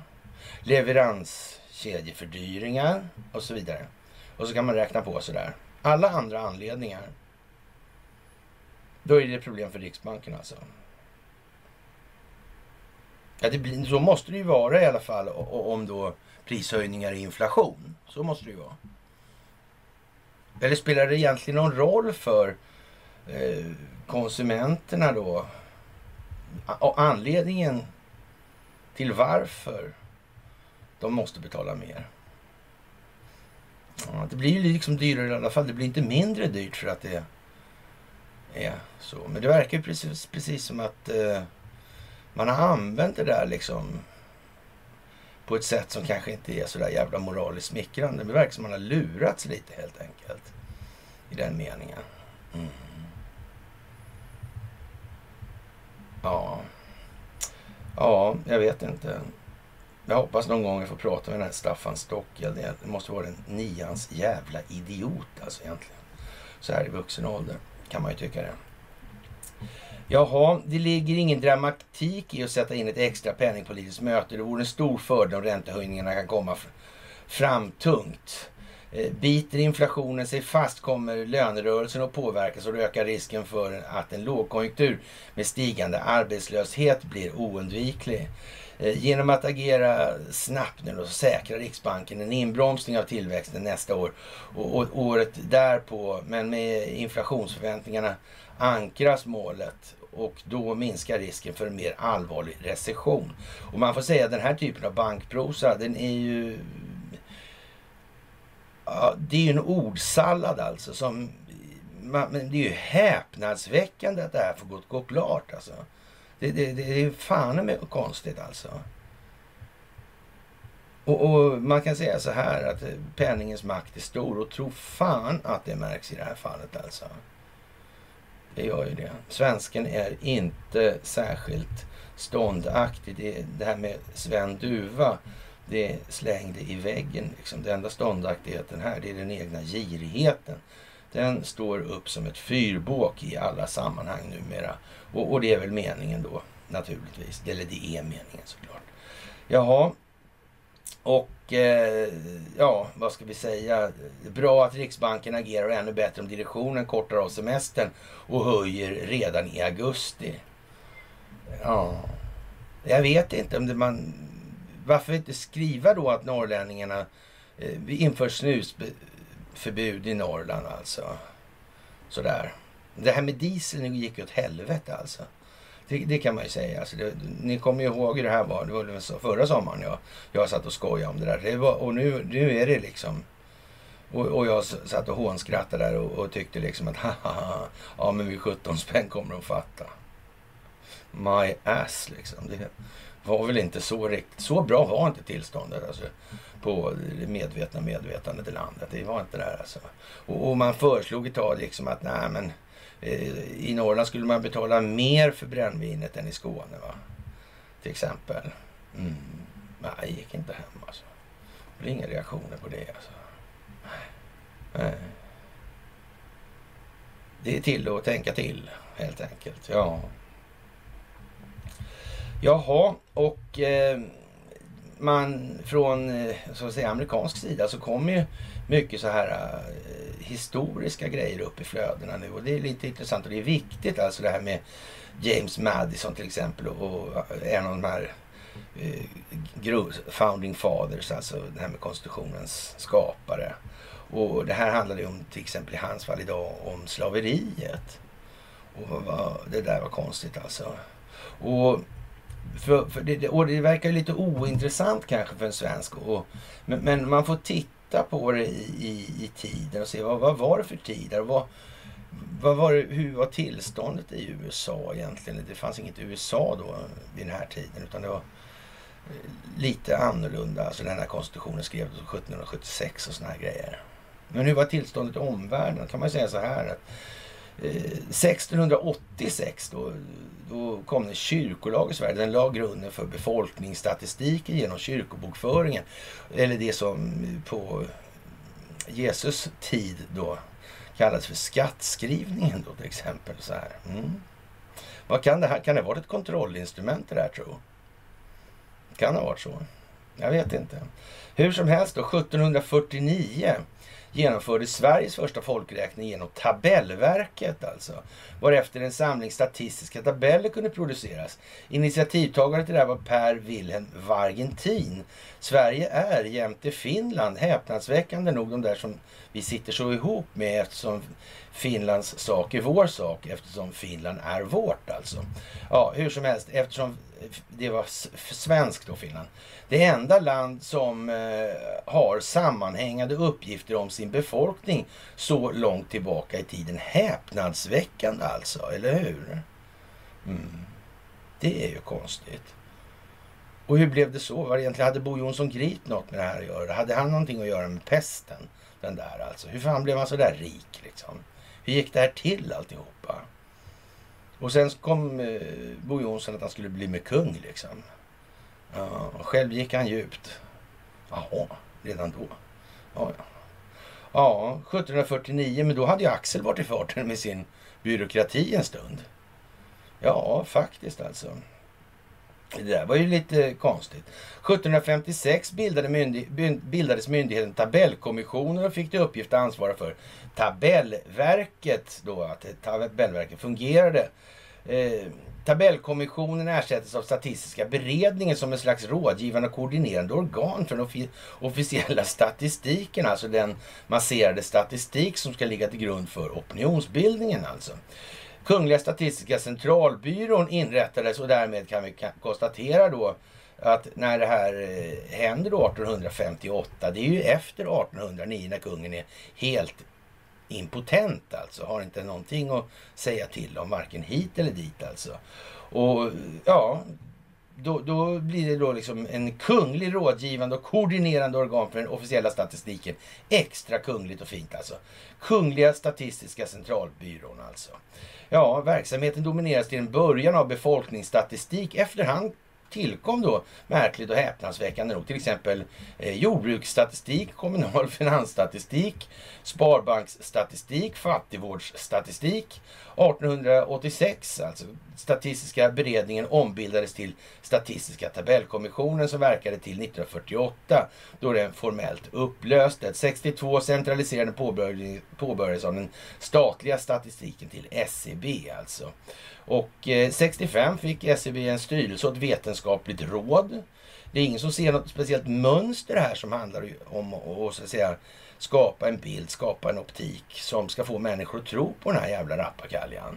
[SPEAKER 1] leveranskedjefördyringar och så vidare. Och så kan man räkna på sådär. Alla andra anledningar. Då är det problem för Riksbanken alltså. Ja, det blir, så måste det ju vara i alla fall om då prishöjningar är inflation. Så måste det ju vara. Eller spelar det egentligen någon roll för eh, konsumenterna då? Och anledningen till varför de måste betala mer. Ja, det blir ju liksom dyrare i alla fall. Det blir inte mindre dyrt för att det är så. Men det verkar ju precis, precis som att eh, man har använt det där liksom på ett sätt som kanske inte är så där jävla moraliskt smickrande. Det verkar som att man har lurats lite helt enkelt. I den meningen. Mm. Ja. Ja, jag vet inte. Jag hoppas någon gång jag får prata med den här Staffan Stockel. Det måste vara en nians jävla idiot alltså egentligen. Så här i vuxen ålder kan man ju tycka det. Jaha, det ligger ingen dramatik i att sätta in ett extra penningpolitiskt möte. Det vore en stor fördel om räntehöjningarna kan komma fram tungt. Biter inflationen sig fast kommer lönerörelsen att påverkas och det ökar risken för att en lågkonjunktur med stigande arbetslöshet blir oundviklig. Genom att agera snabbt nu och säkrar Riksbanken en inbromsning av tillväxten nästa år och året därpå, men med inflationsförväntningarna ankras målet och då minskar risken för en mer allvarlig recession. Och man får säga att den här typen av bankprosa, den är ju ja, det är ju en ordsallad alltså som man, men det är ju häpnadsväckande att det här får gå, gå klart alltså. Det, det, det är fan med konstigt alltså. Och, och man kan säga så här att penningens makt är stor och tro fan att det märks i det här fallet alltså. Det gör ju det. Svensken är inte särskilt ståndaktig. Det, det här med Sven Duva, det slängde i väggen. Liksom. Den enda ståndaktigheten här, det är den egna girigheten. Den står upp som ett fyrbåk i alla sammanhang numera. Och, och det är väl meningen då, naturligtvis. Eller det är meningen såklart. Jaha. Och eh, ja, vad ska vi säga? Bra att Riksbanken agerar ännu bättre om direktionen kortar av semestern och höjer redan i augusti. Ja, jag vet inte om det man... Varför inte skriva då att norrlänningarna eh, vi inför snusförbud i Norrland alltså. Sådär. Det här med diesel gick ju åt helvete alltså. Det, det kan man ju säga. Alltså det, ni kommer ju ihåg hur det här var. Det var så, förra sommaren jag, jag satt och skojade om det där. Det var, och nu, nu är det liksom... Och, och jag satt och hånskrattade där och, och tyckte liksom att haha, ja men vid sjutton spänn kommer de fatta. My ass liksom. Det var väl inte så riktigt. Så bra var inte tillståndet alltså, på det medvetna medvetandet i landet. Det var inte det här alltså. Och, och man föreslog ett tag liksom att nej men i Norrland skulle man betala mer för brännvinet än i Skåne va? Till exempel. Mm. Nej, det gick inte hem alltså. Det blir inga reaktioner på det alltså. Nej. Det är till att tänka till helt enkelt. Ja. Jaha, och eh, man från eh, så att säga amerikansk sida så kommer ju mycket så här eh, historiska grejer upp i flödena nu och det är lite intressant och det är viktigt alltså det här med James Madison till exempel och, och en av de här eh, founding fathers, alltså det här med konstitutionens skapare. Och det här handlade ju om till exempel i hans fall idag om slaveriet. Och vad, det där var konstigt alltså. Och För, för det, och det verkar lite ointressant kanske för en svensk. Och, men, men man får titta på det i, i, i tiden och se vad, vad var det för tider. Vad, vad var det, hur var tillståndet i U S A egentligen? Det fanns inget U S A då vid den här tiden utan det var lite annorlunda. Alltså den här konstitutionen skrevs sjutton sjuttiosex och såna här grejer. Men hur var tillståndet i omvärlden? Kan man säga så här att sexton åttiosex då, då kom det kyrkolag i Sverige. Den la grunden för befolkningsstatistiken genom kyrkobokföringen. Eller det som på Jesus tid då kallas för skattskrivningen då till exempel. Så här. Mm. Vad kan det här? Kan det vara ett kontrollinstrument det där tror? Kan det ha varit så? Jag vet inte. Hur som helst då, sjutton fyrtionio genomförde Sveriges första folkräkning genom tabellverket alltså. Varefter en samling statistiska tabeller kunde produceras. Initiativtagare till det här var Per Wilhelm Wargentin. Sverige är jämte Finland häpnadsväckande nog de där som vi sitter så ihop med eftersom Finlands sak är vår sak eftersom Finland är vårt alltså. Ja, hur som helst eftersom det var svenskt då Finland. Det enda land som eh, har sammanhängande uppgifter om sin befolkning så långt tillbaka i tiden. Häpnadsväckande alltså, eller hur? Mm. Det är ju konstigt. Och hur blev det så? Var det egentligen, hade Bo Jonsson Grip något med det här att göra? Hade han någonting att göra med pesten? Den där alltså. Hur fan blev han så där rik liksom? Hur gick det här till alltihopa? Och sen kom eh, Bo Jonsson att han skulle bli med kung liksom. Ja, och själv gick han djupt. Jaha, redan då. Ja, ja. Ja, sjutton fyrtionio, men då hade ju Axel varit i farten med sin byråkrati en stund. Ja, faktiskt alltså. Det där var ju lite konstigt. sjuttonhundrafemtiosex bildade myndig- bildades myndigheten Tabellkommissionen och fick till uppgift att ansvara för tabellverket. Då, att tabellverket fungerade. Eh, tabellkommissionen ersättes av Statistiska beredningen som en slags rådgivande och koordinerande organ för den offi- officiella statistiken. Alltså den masserade statistik som ska ligga till grund för opinionsbildningen alltså. Kungliga Statistiska Centralbyrån inrättades och därmed kan vi konstatera då att när det här händer då arton femtioåtta, det är ju efter arton noll nio när kungen är helt impotent alltså, har inte någonting att säga till om, varken hit eller dit alltså. Och ja, då, då blir det då liksom en kunglig rådgivande och koordinerande organ för den officiella statistiken. Extra kungligt och fint alltså. Kungliga Statistiska Centralbyrån alltså. Ja, verksamheten domineras till en början av befolkningsstatistik. Efterhand tillkom då märkligt och häpnadsväckande nog till exempel eh, jordbruksstatistik, kommunal finansstatistik, sparbanksstatistik, fattigvårdsstatistik. arton åttiosex, alltså Statistiska beredningen ombildades till Statistiska tabellkommissionen som verkade till nittonhundrafyrtioåtta då den formellt upplöstes. sextiotvå centraliserade påbörjades av den statliga statistiken till S C B alltså. Och eh, sextiofem fick S C B en styrelse och ett vetenskapligt råd. Det är ingen som ser något speciellt mönster här som handlar om att så att säga skapa en bild, skapa en optik som ska få människor att tro på den här jävla rappakaljan.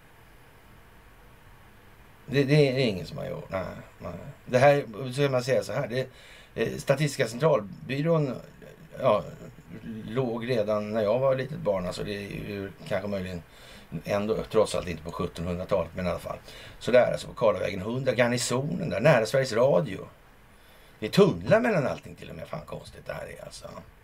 [SPEAKER 1] Det, det är ingen som har gjort. Nej, nej. Det här, så kan man säga så här, det, eh, Statistiska centralbyrån ja, låg redan när jag var litet barn, alltså det är ju kanske möjligen ändå, trots allt inte på sjuttonhundratalet, men i alla fall. Så där alltså på Karlavägen hundra, garnisonen där, nära Sveriges Radio. Det är tunnlar mellan allting till och med, fan konstigt det här är alltså.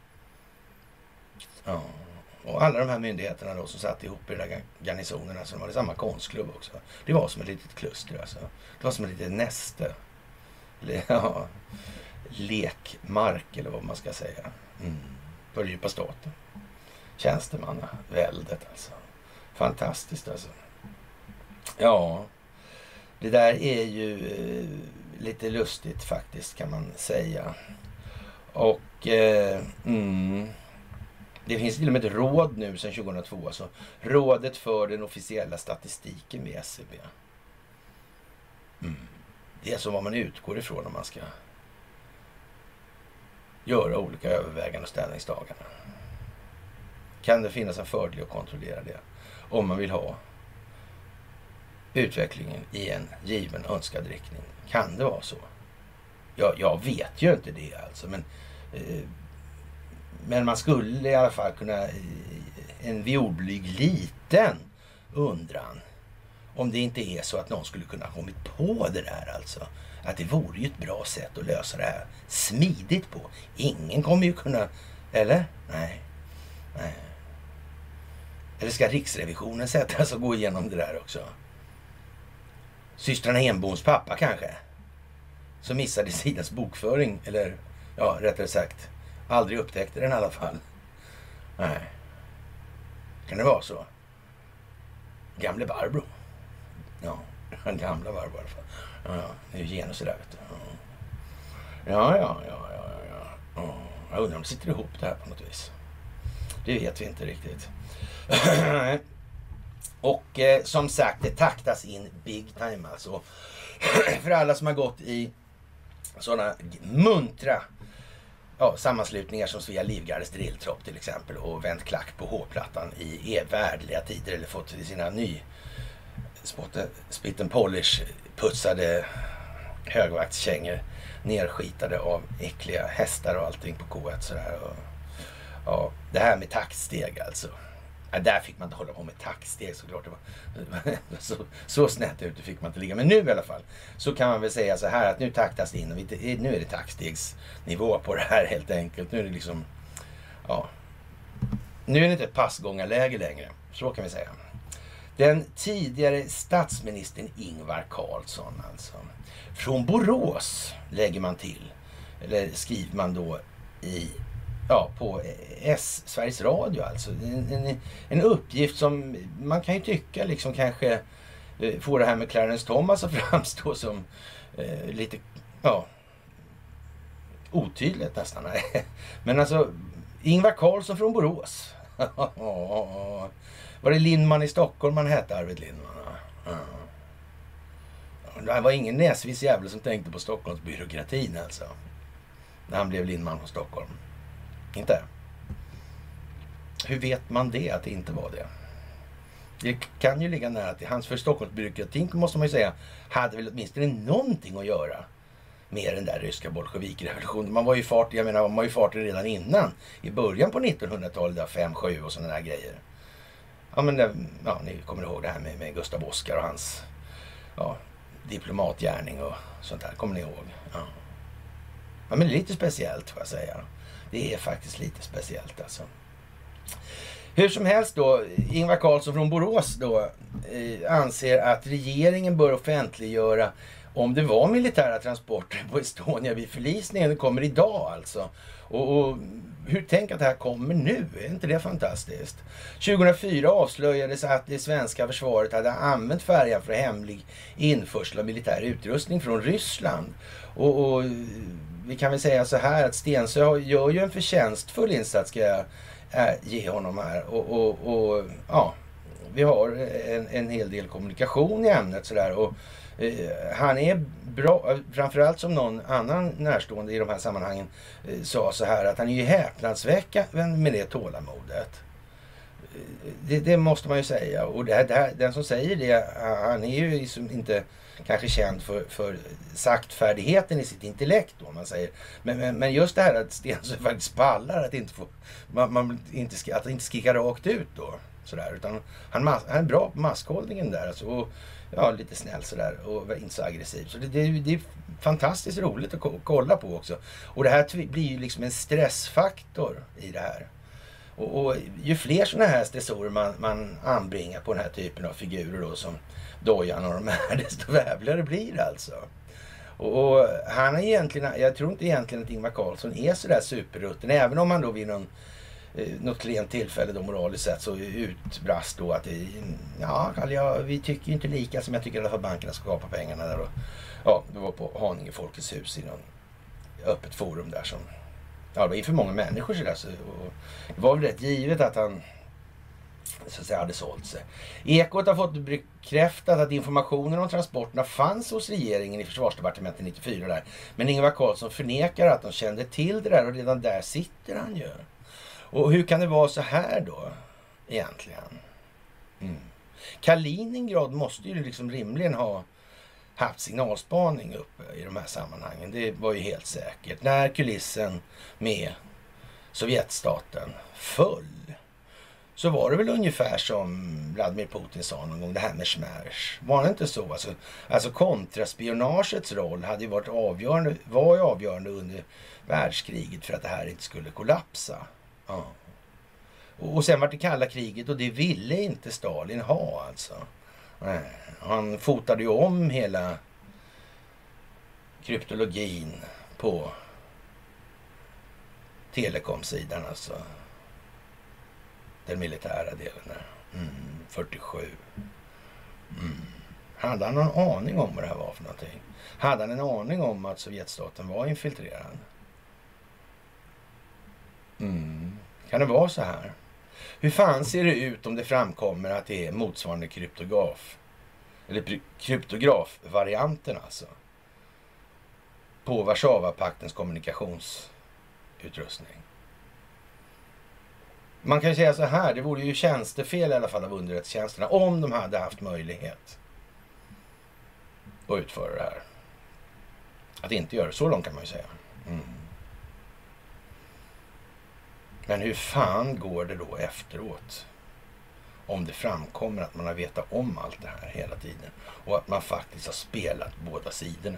[SPEAKER 1] Ja, och alla de här myndigheterna då som satt ihop i de där garnisonerna, alltså de hade samma konstklubb också. Det var som ett litet kluster alltså. Det var som ett litet näste. Eller, ja, lekmark eller vad man ska säga. Mm. På det djupa staten. Tjänstemannaväldet alltså. Fantastiskt alltså. Ja, det där är ju eh, lite lustigt faktiskt kan man säga. Och eh, mm, det finns till och med ett råd nu sedan tjugohundratvå, alltså rådet för den officiella statistiken vid S C B. Mm. Det är alltså vad man utgår ifrån om man ska göra olika överväganden och ställningstaganden. Kan det finnas en fördel att kontrollera det om man vill ha utvecklingen i en given önskad riktning? Kan det vara så? Jag, jag vet ju inte det alltså, men eh, men man skulle i alla fall kunna eh, en violblyg liten undran om det inte är så att någon skulle kunna ha kommit på det där alltså. Att det vore ju ett bra sätt att lösa det här smidigt på. Ingen kommer ju kunna, eller? Nej. Nej. Eller ska Riksrevisionen sätta sig och gå igenom det där också? Systrarna Enboms pappa kanske? Som missade Sidas bokföring. Eller, ja, rättare sagt, aldrig upptäckte den i alla fall. Nej. Kan det vara så? Gamle Barbro. Ja, den gamla Barbro i alla fall. Ja, ja, det är ju genus det där, vet du. Ja, ja, ja, ja, ja. ja. Jag undrar om de sitter ihop det här på något vis. Det vet vi inte riktigt. Och eh, som sagt, det taktas in big time alltså. För alla som har gått i sådana muntra ja, sammanslutningar som Svea Livgardes drilltropp till exempel och vänt klack på H-plattan i evärdliga tider eller fått sina ny spitten polish putsade högvaktskängor nerskitade av äckliga hästar och allting på K ett sådär. Och, ja, det här med taktsteg alltså. Ja, där fick man inte hålla på med taktsteg såklart. Det var, så, så snett ut fick man inte ligga. Men nu i alla fall så kan man väl säga så här att nu taktas det in och vi, nu är det taktstegsnivå på det här helt enkelt. Nu är det liksom, ja, nu är det inte ett passgångarläge längre. Så kan vi säga. Den tidigare statsministern Ingvar Carlsson alltså. Från Borås lägger man till. Eller skriver man då i, ja, på S, Sveriges Radio alltså. En, en, en uppgift som man kan ju tycka liksom kanske eh, får det här med Clarence Thomas att framstå som eh, lite, ja, otydligt nästan. Men alltså, Ingvar Carlsson från Borås. Var det Lindman i Stockholm man hette, Arvid Lindman? Ja. Det var ingen näsvis jävla som tänkte på Stockholmsbyråkratin alltså. När han blev Lindman från Stockholm. Inte? Hur vet man det, att det inte var det? Det kan ju ligga nära till hans, för Stockholmsbyråkratin måste man ju säga hade väl åtminstone någonting att göra med den där ryska bolsjevikrevolutionen. Man var ju fart, jag menar, man var ju fart redan innan, i början på nittonhundratalet, där fem sju och sådana där grejer. Ja, men det, ja, ni kommer ihåg det här med, med Gustav Oskar och hans, ja, diplomatgärning och sånt där. Kommer ni ihåg? Ja. Ja, men lite speciellt får jag säga. Det är faktiskt lite speciellt alltså. Hur som helst då, Ingvar Carlsson från Borås då eh, anser att regeringen bör offentliggöra om det var militära transporter på Estonia vid förlisningen. Det kommer idag alltså. Och, och hur tänk att det här kommer nu? Är inte det fantastiskt? tjugohundrafyra avslöjades att det svenska försvaret hade använt färjan för hemlig införsel av militär utrustning från Ryssland. Och, och vi kan väl säga så här att Stensö gör ju en förtjänstfull insats, ska jag äh, ge honom här. Och, och, och ja, vi har en, en hel del kommunikation i ämnet sådär. Och Uh, han är bra, framförallt som någon annan närstående i de här sammanhangen uh, sa så här, att han är ju häpnadsväckande med det tålamodet. Uh, det, det måste man ju säga. Och det här, det här, den som säger det, uh, han är ju liksom inte kanske känd för, för saktfärdigheten i sitt intellekt då, man säger. Men, men, men just det här att Stensö faktiskt pallar att inte få, man, man inte, att inte skrika rakt ut då. Sådär, utan han, han är bra på maskhållningen där alltså, och ja, lite snäll sådär och inte så aggressiv. Så det, det, det är fantastiskt roligt att kolla på också. Och det här blir ju liksom en stressfaktor i det här. Och, och ju fler sådana här stressorer man, man anbringar på den här typen av figurer då, som Dojan och de här, desto vävligare blir det alltså. Och, och han är egentligen, jag tror inte egentligen att Ingvar Carlsson är sådär superrutten, även om han då vid någon något klent tillfälle då moraliskt sett så utbrast då att det, ja, jag, vi tycker ju inte lika som jag tycker i alla fall bankerna ska skapa pengarna där. Och, ja, det var på Haninge Folkets hus i någon öppet forum där som, ja, det var inför många människor så där, så, och det var väl rätt givet att han så att säga hade sålt sig. Ekot har fått bekräftat att informationen om transporterna fanns hos regeringen i försvarsdepartementet nittiofyra där, men Ingvar Carlsson förnekar att de kände till det där, och redan där sitter han ju. Och hur kan det vara så här då egentligen? Mm. Kaliningrad måste ju liksom rimligen ha haft signalspaning uppe i de här sammanhangen. Det var ju helt säkert. När kulissen med Sovjetstaten föll så var det väl ungefär som Vladimir Putin sa någon gång, det här med smärs. Var det inte så? Alltså, alltså kontraspionagets roll hade ju varit avgörande, var ju avgörande under världskriget för att det här inte skulle kollapsa. Ja. Och sen var det kalla kriget, och det ville inte Stalin ha alltså. Nej. Han fotade ju om hela kryptologin på telekomsidan alltså. Den militära delen där. Mm, fyrtiosju. Mm. Hade han någon aning om vad det här var för någonting? Hade han en aning om att Sovjetstaten var infiltrerad? Mm. Kan det vara så här? Hur fan ser det ut om det framkommer att det är motsvarande kryptograf, eller kryptografvarianten alltså, på Warszawapaktens kommunikationsutrustning? Man kan ju säga så här, det vore ju tjänstefel i alla fall av underrättelsetjänsterna om de hade haft möjlighet att utföra det här. Att inte göra det, så långt kan man ju säga. Mm. Men hur fan går det då efteråt? Om det framkommer att man har vetat om allt det här hela tiden och att man faktiskt har spelat båda sidorna.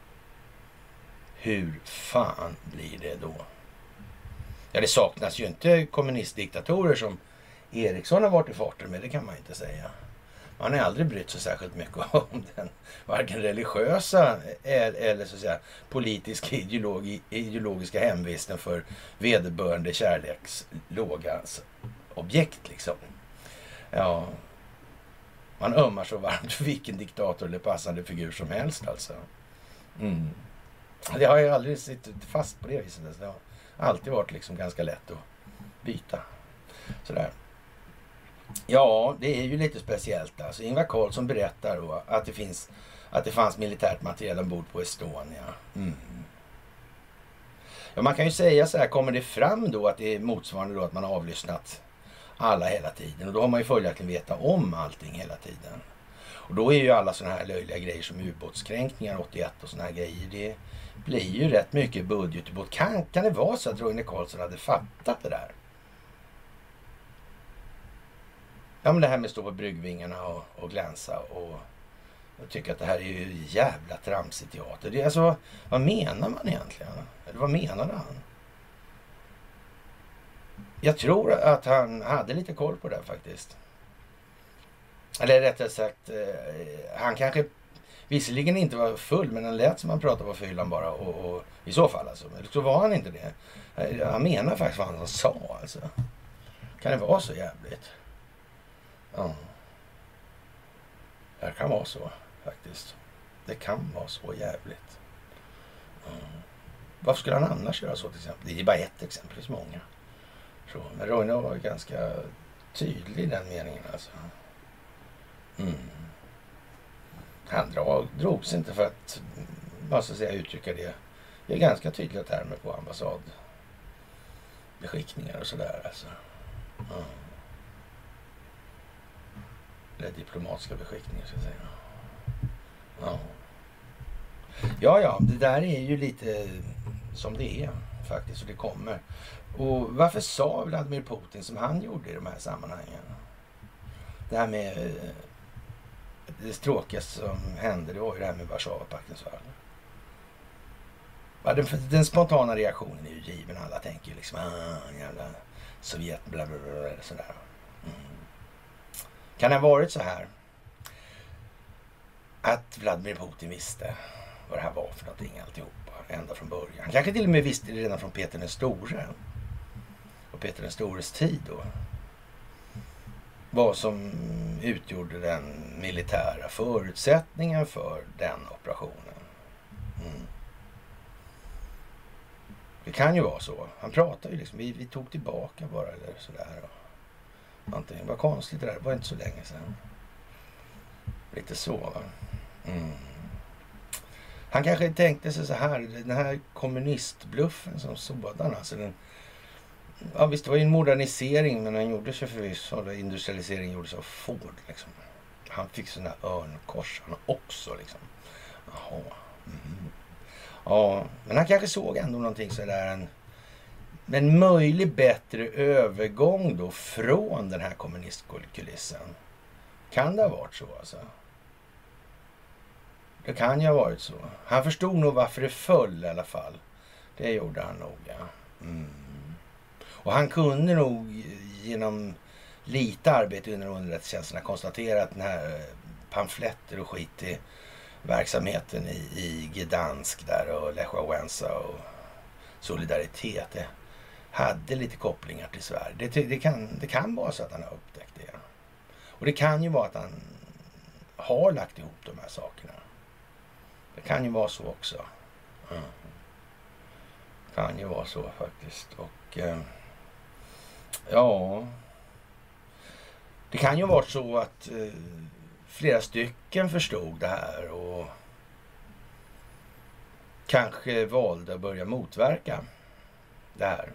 [SPEAKER 1] Hur fan blir det då? Ja, det saknas ju inte kommunistdiktatorer som Eriksson har varit i farten med, det kan man inte säga. Man har aldrig brytt sig särskilt mycket om den varken religiösa eller så att säga politiska ideologi, ideologiska hemvisten för vederbörande kärlekslåga objekt liksom. Ja. Man ömmar så varmt för vilken diktator eller passande figur som helst alltså. Mm. Det har ju aldrig suttit fast på det viset. Det har alltid varit liksom ganska lätt att byta. Sådär. Ja, det är ju lite speciellt. Alltså, Ingvar Carlsson berättar då att det, finns, att det fanns militärt material ombord på Estonia. Mm. Ja, man kan ju säga så här, kommer det fram då att det är motsvarande då att man har avlyssnat alla hela tiden. Och då har man ju följaktligen veta om allting hela tiden. Och då är ju alla sådana här löjliga grejer som ubåtskränkningar åttioett och sådana här grejer. Det blir ju rätt mycket budgetubåt. Kan, kan det vara så att Roine Carlsson hade fattat det där? Ja, men det här med att stå på bryggvingarna och, och glänsa och, och tycka att det här är ju jävla tramsig teater. Det är alltså, vad, vad menar man egentligen? Eller vad menade han? Jag tror att han hade lite koll på det faktiskt. Eller rättare sagt, eh, han kanske visserligen inte var full, men han lät som han pratade på fyllan bara. Och, och i så fall alltså. Eller så var han inte det. Han menar faktiskt vad han sa alltså. Kan det vara så jävligt? Ja. Det kan vara så faktiskt. Det kan vara så jävligt. Ja. Varför skulle han annars göra så till exempel? Det är bara ett exempel, det är så många. Så, men Roine var ganska tydlig i den meningen alltså. Mm. Han drog, drogs inte för att, vad ska jag säga, uttrycka det. Det är ganska tydliga termer på ambassadbeskickningar och sådär alltså. Ja. Eller diplomatiska beskickningar ska jag säga. Ja. Ja, ja, det där är ju lite som det är faktiskt, och det kommer. Och varför sa Vladimir Putin som han gjorde i de här sammanhangen? Det här med det tråkiga som hände, det var ju det här med Warszawapaktens fall. Ja, den, den spontana reaktionen är ju given. Alla tänker ju liksom, ah, jävla Sovjet, bla bla bla, sådär. Mm. Kan det ha varit så här att Vladimir Putin visste vad det här var för någonting alltihopa, ända från början? Han kanske till och med visste det redan från Peter den store och Peter den stores tid då. Vad som utgjorde den militära förutsättningen för den operationen. Mm. Det kan ju vara så. Han pratar ju liksom, vi, vi tog tillbaka bara eller sådär. Någonting. Vad konstigt det där, det var inte så länge sedan. Lite så va. Mm. Han kanske tänkte sig så här, den här kommunistbluffen som sådan, alltså den, ja visst det var ju en modernisering, men han gjorde sig förvisso, industrialisering gjorde sig av Ford liksom. Han fick sådana örnkors han också liksom. Jaha. Mm. Ja, men han kanske såg ändå någonting sådär, en, en möjlig bättre övergång då från den här kommunistkulissen. Kan det ha varit så alltså? Det kan ju ha varit så. Han förstod nog varför det föll i alla fall. Det gjorde han nog, ja. Mm. Och han kunde nog genom lite arbete under underrättelsetjänsterna konstatera att den här pamfletter och skit i verksamheten i, i Gdansk där och Lech Wałęsa och Solidaritet, det hade lite kopplingar till Sverige. Det, det, kan, det kan vara så att han har upptäckt det. Och det kan ju vara att han har lagt ihop de här sakerna. Det kan ju vara så också. Mm. Det kan ju vara så faktiskt. Och eh, ja, det kan ju vara så att eh, flera stycken förstod det här och kanske valde att börja motverka det här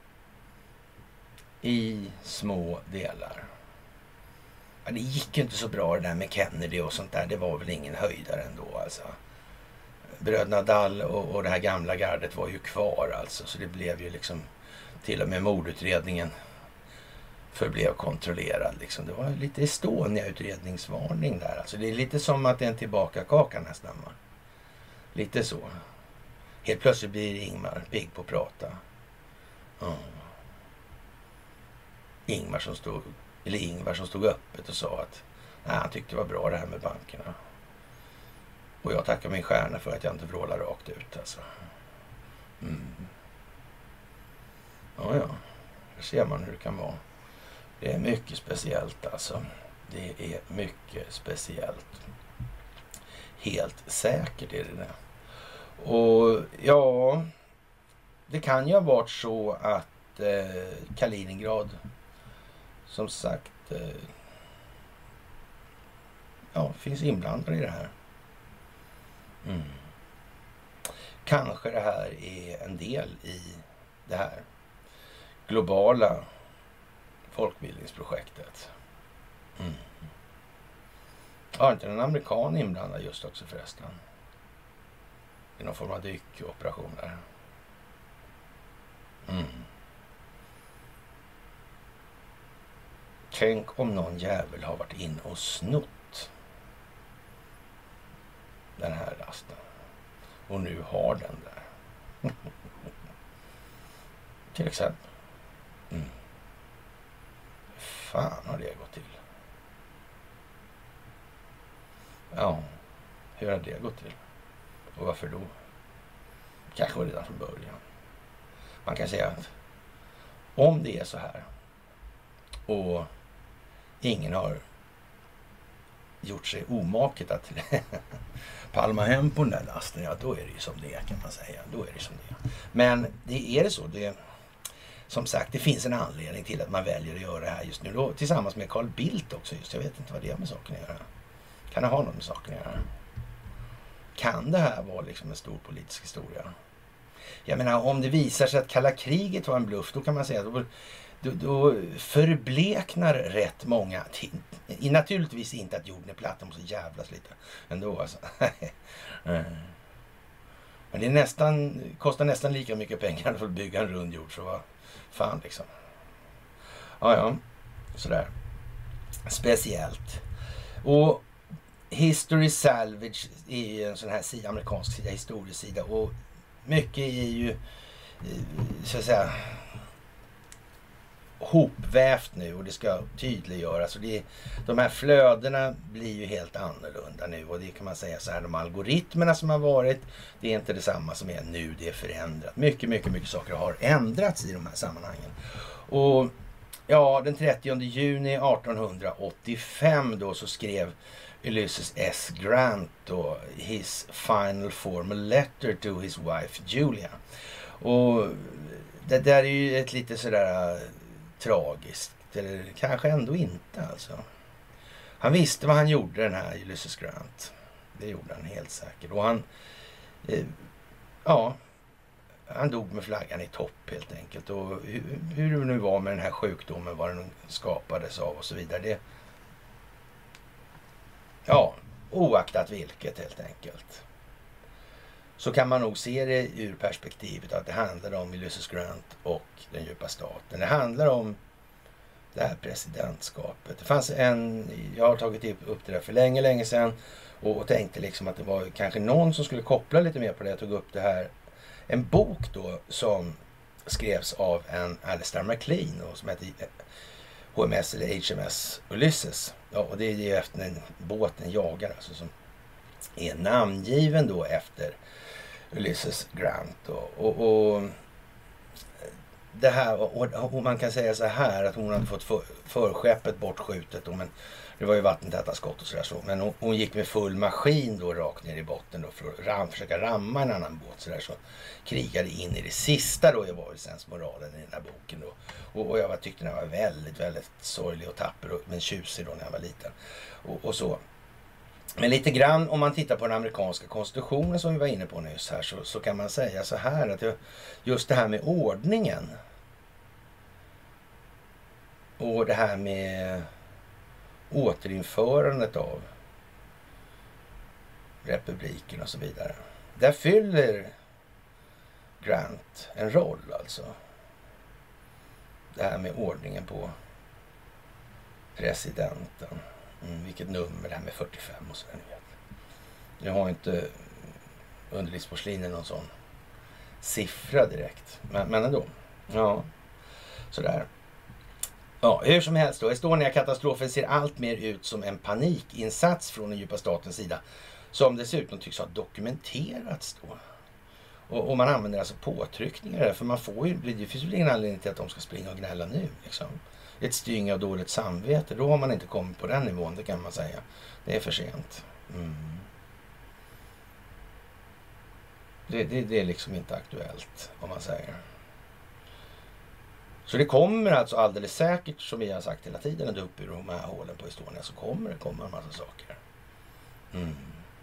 [SPEAKER 1] i små delar. Ja, det gick ju inte så bra det där med Kennedy och sånt där. Det var väl ingen höjdare ändå alltså. Bröderna Dall och, och det här gamla gardet var ju kvar alltså. Så det blev ju liksom, till och med mordutredningen förblev kontrollerad liksom. Det var lite Estonia-utredningsvarning där alltså. Det är lite som att det är en tillbaka kaka nästan va. Lite så. Helt plötsligt blir Ingmar pigg på att prata. Mm. Ingmar som stod, eller Ingvar som stod öppet och sa att nej, han tyckte det var bra det här med bankerna. Och jag tackar min stjärna för att jag inte vrålar rakt ut alltså. Mm. Ja, ja. Där ser man hur det kan vara. Det är mycket speciellt alltså. Det är mycket speciellt. Helt säkert är det det. Och ja, det kan ju ha varit så att eh, Kaliningrad som sagt eh, ja, finns inblandad i det här. Mm. Kanske det här är en del i det här globala folkbildningsprojektet. Mm. Ja, inte en amerikan inblandad just också förresten. I någon form av dykoperationer. Mm. Tänk om någon jävel har varit inne och snott den här lasten. Och nu har den där. Till exempel. Mm. Fan har det gått till? Ja, hur har det gått till? Och varför då? Kanske var det redan från början. Man kan säga att om det är så här och ingen har gjort sig omaket att palma hem på den där lasten, ja då är det ju som det är, kan man säga. Då är det som det är. Men det är det så. Det, som sagt, det finns en anledning till att man väljer att göra det här just nu. Då, tillsammans med Carl Bildt också. Just. Jag vet inte vad det är med saken att göra. Kan det ha något med saken att göra? Kan det här vara liksom en stor politisk historia? Jag menar, om det visar sig att kalla kriget var en bluff, då kan man säga att då, då, då förbleknar rätt många. Till, naturligtvis inte att jorden är platt, det måste jävlas lite ändå alltså. Men det är nästan, kostar nästan lika mycket pengar för att bygga en rund jord, så vad fan liksom. Ja, ja, sådär. Speciellt. Och History Salvage är ju en sån här sida, amerikansk sida, historiesida, och mycket är ju så att säga hopvävt nu och det ska tydliggöras. Och det, de här flödena blir ju helt annorlunda nu, och det kan man säga så här, de algoritmerna som har varit, det är inte detsamma som är nu, det är förändrat. Mycket, mycket, mycket saker har ändrats i de här sammanhangen. Och ja, den trettionde juni artonhundraåttiofem då så skrev Ulysses S. Grant då his final formal letter to his wife Julia. Och det där är ju ett lite sådär uh, tragiskt, eller kanske ändå inte alltså. Han visste vad han gjorde, den här Ulysses Grant. Det gjorde han helt säkert. Och han eh, ja, han dog med flaggan i topp helt enkelt. Och hur, hur det nu var med den här sjukdomen, vad den skapades av och så vidare, det ja, oaktat vilket helt enkelt, så kan man nog se det ur perspektivet att det handlar om Ulysses Grant och den djupa staten. Det handlar om det här presidentskapet. Det fanns en, jag har tagit upp det där för länge, länge sedan och, och tänkte liksom att det var kanske någon som skulle koppla lite mer på det. Jag tog upp det här, en bok då som skrevs av en Alistair MacLean och som heter H M S eller H M S Ulysses. Ja, och det är ju efter en båt, en jagare alltså, som är namngiven då efter Ulysses Grant. Och, och, och det här, och, och man kan säga så här att hon hade fått för, förskeppet bortskjutet då, men det var ju vattentäta skott och sådär så. Men hon, hon gick med full maskin då rakt ner i botten då för att ram, försöka ramma en annan båt sådär, så krigade in i det sista då, jag var ju sensmoralen i den här boken då. Och, och jag var, tyckte den var väldigt, väldigt sorglig och tapper och, men tjusig då när jag var liten. Och, och så. Men lite grann om man tittar på den amerikanska konstitutionen som vi var inne på nyss här, så, så kan man säga så här att det, just det här med ordningen och det här med återinförandet av republiken och så vidare, där fyller Grant en roll alltså. Det här med ordningen på presidenten. Mm, vilket nummer det här med fyrtiofem och så där, ni vet. Jag har inte underlivsporslinen någon sån siffra direkt. Men, men ändå. Ja, sådär. Ja, hur som helst då. Estonia-katastrofen ser allt mer ut som en panikinsats från den djupa statens sida. Som dessutom tycks ha dokumenterats då. Och, och man använder alltså påtryckningar där. För man får ju, det finns ju ingen anledning till att de ska springa och gnälla nu liksom. ett styng av dåligt samvete. Då har man inte kommit på den nivån, det kan man säga. Det är för sent. Mm. Det, det, det är liksom inte aktuellt, om man säger. Så det kommer alltså alldeles säkert, som vi har sagt hela tiden, att upp ur de här hålen på Estonia så kommer det komma en massa saker. Mm.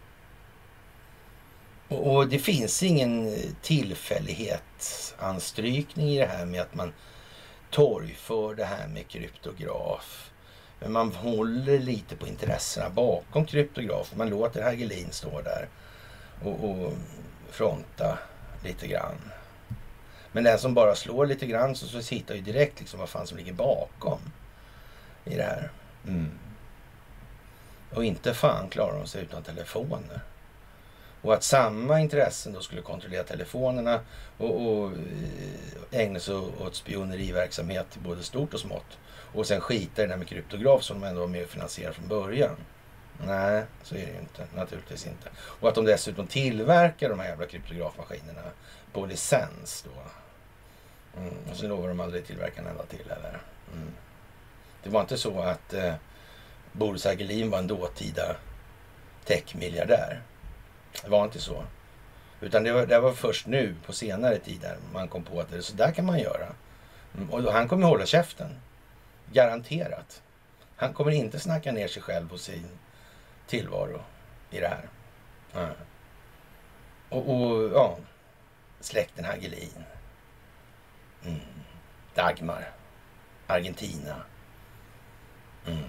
[SPEAKER 1] Och, och det finns ingen tillfällighetsanstrykning i det här med att man torgför det här med kryptograf. Men man håller lite på intressena bakom kryptograf. Man låter Hagelin stå där och, och fronta lite grann. Men den som bara slår lite grann så, så hittar ju direkt liksom vad fan som ligger bakom i det här. Mm. Och inte fan klarar de sig utan telefoner. Och att samma intressen då skulle kontrollera telefonerna och, och ägna sig åt spioneriverksamhet både stort och smått. Och sen skita i det där med kryptograf som de ändå var med och finansierade från början. Nej, så är det ju inte. Naturligtvis inte. Och att de dessutom tillverkar de här jävla kryptografmaskinerna på licens då. Mm. Och så lovar de aldrig tillverka en enda till eller. Mm. Det var inte så att eh, Boris Hagelin var en dåtida techmiljardär. Det var inte så. Utan det var, det var först nu på senare tid där man kom på att det, så där kan man göra. Mm. Och han kommer hålla käften. Garanterat. Han kommer inte snacka ner sig själv och sin tillvaro i det här. Ja. Och, och ja, släkten Hagelin. Mm. Dagmar. Argentina. Mm.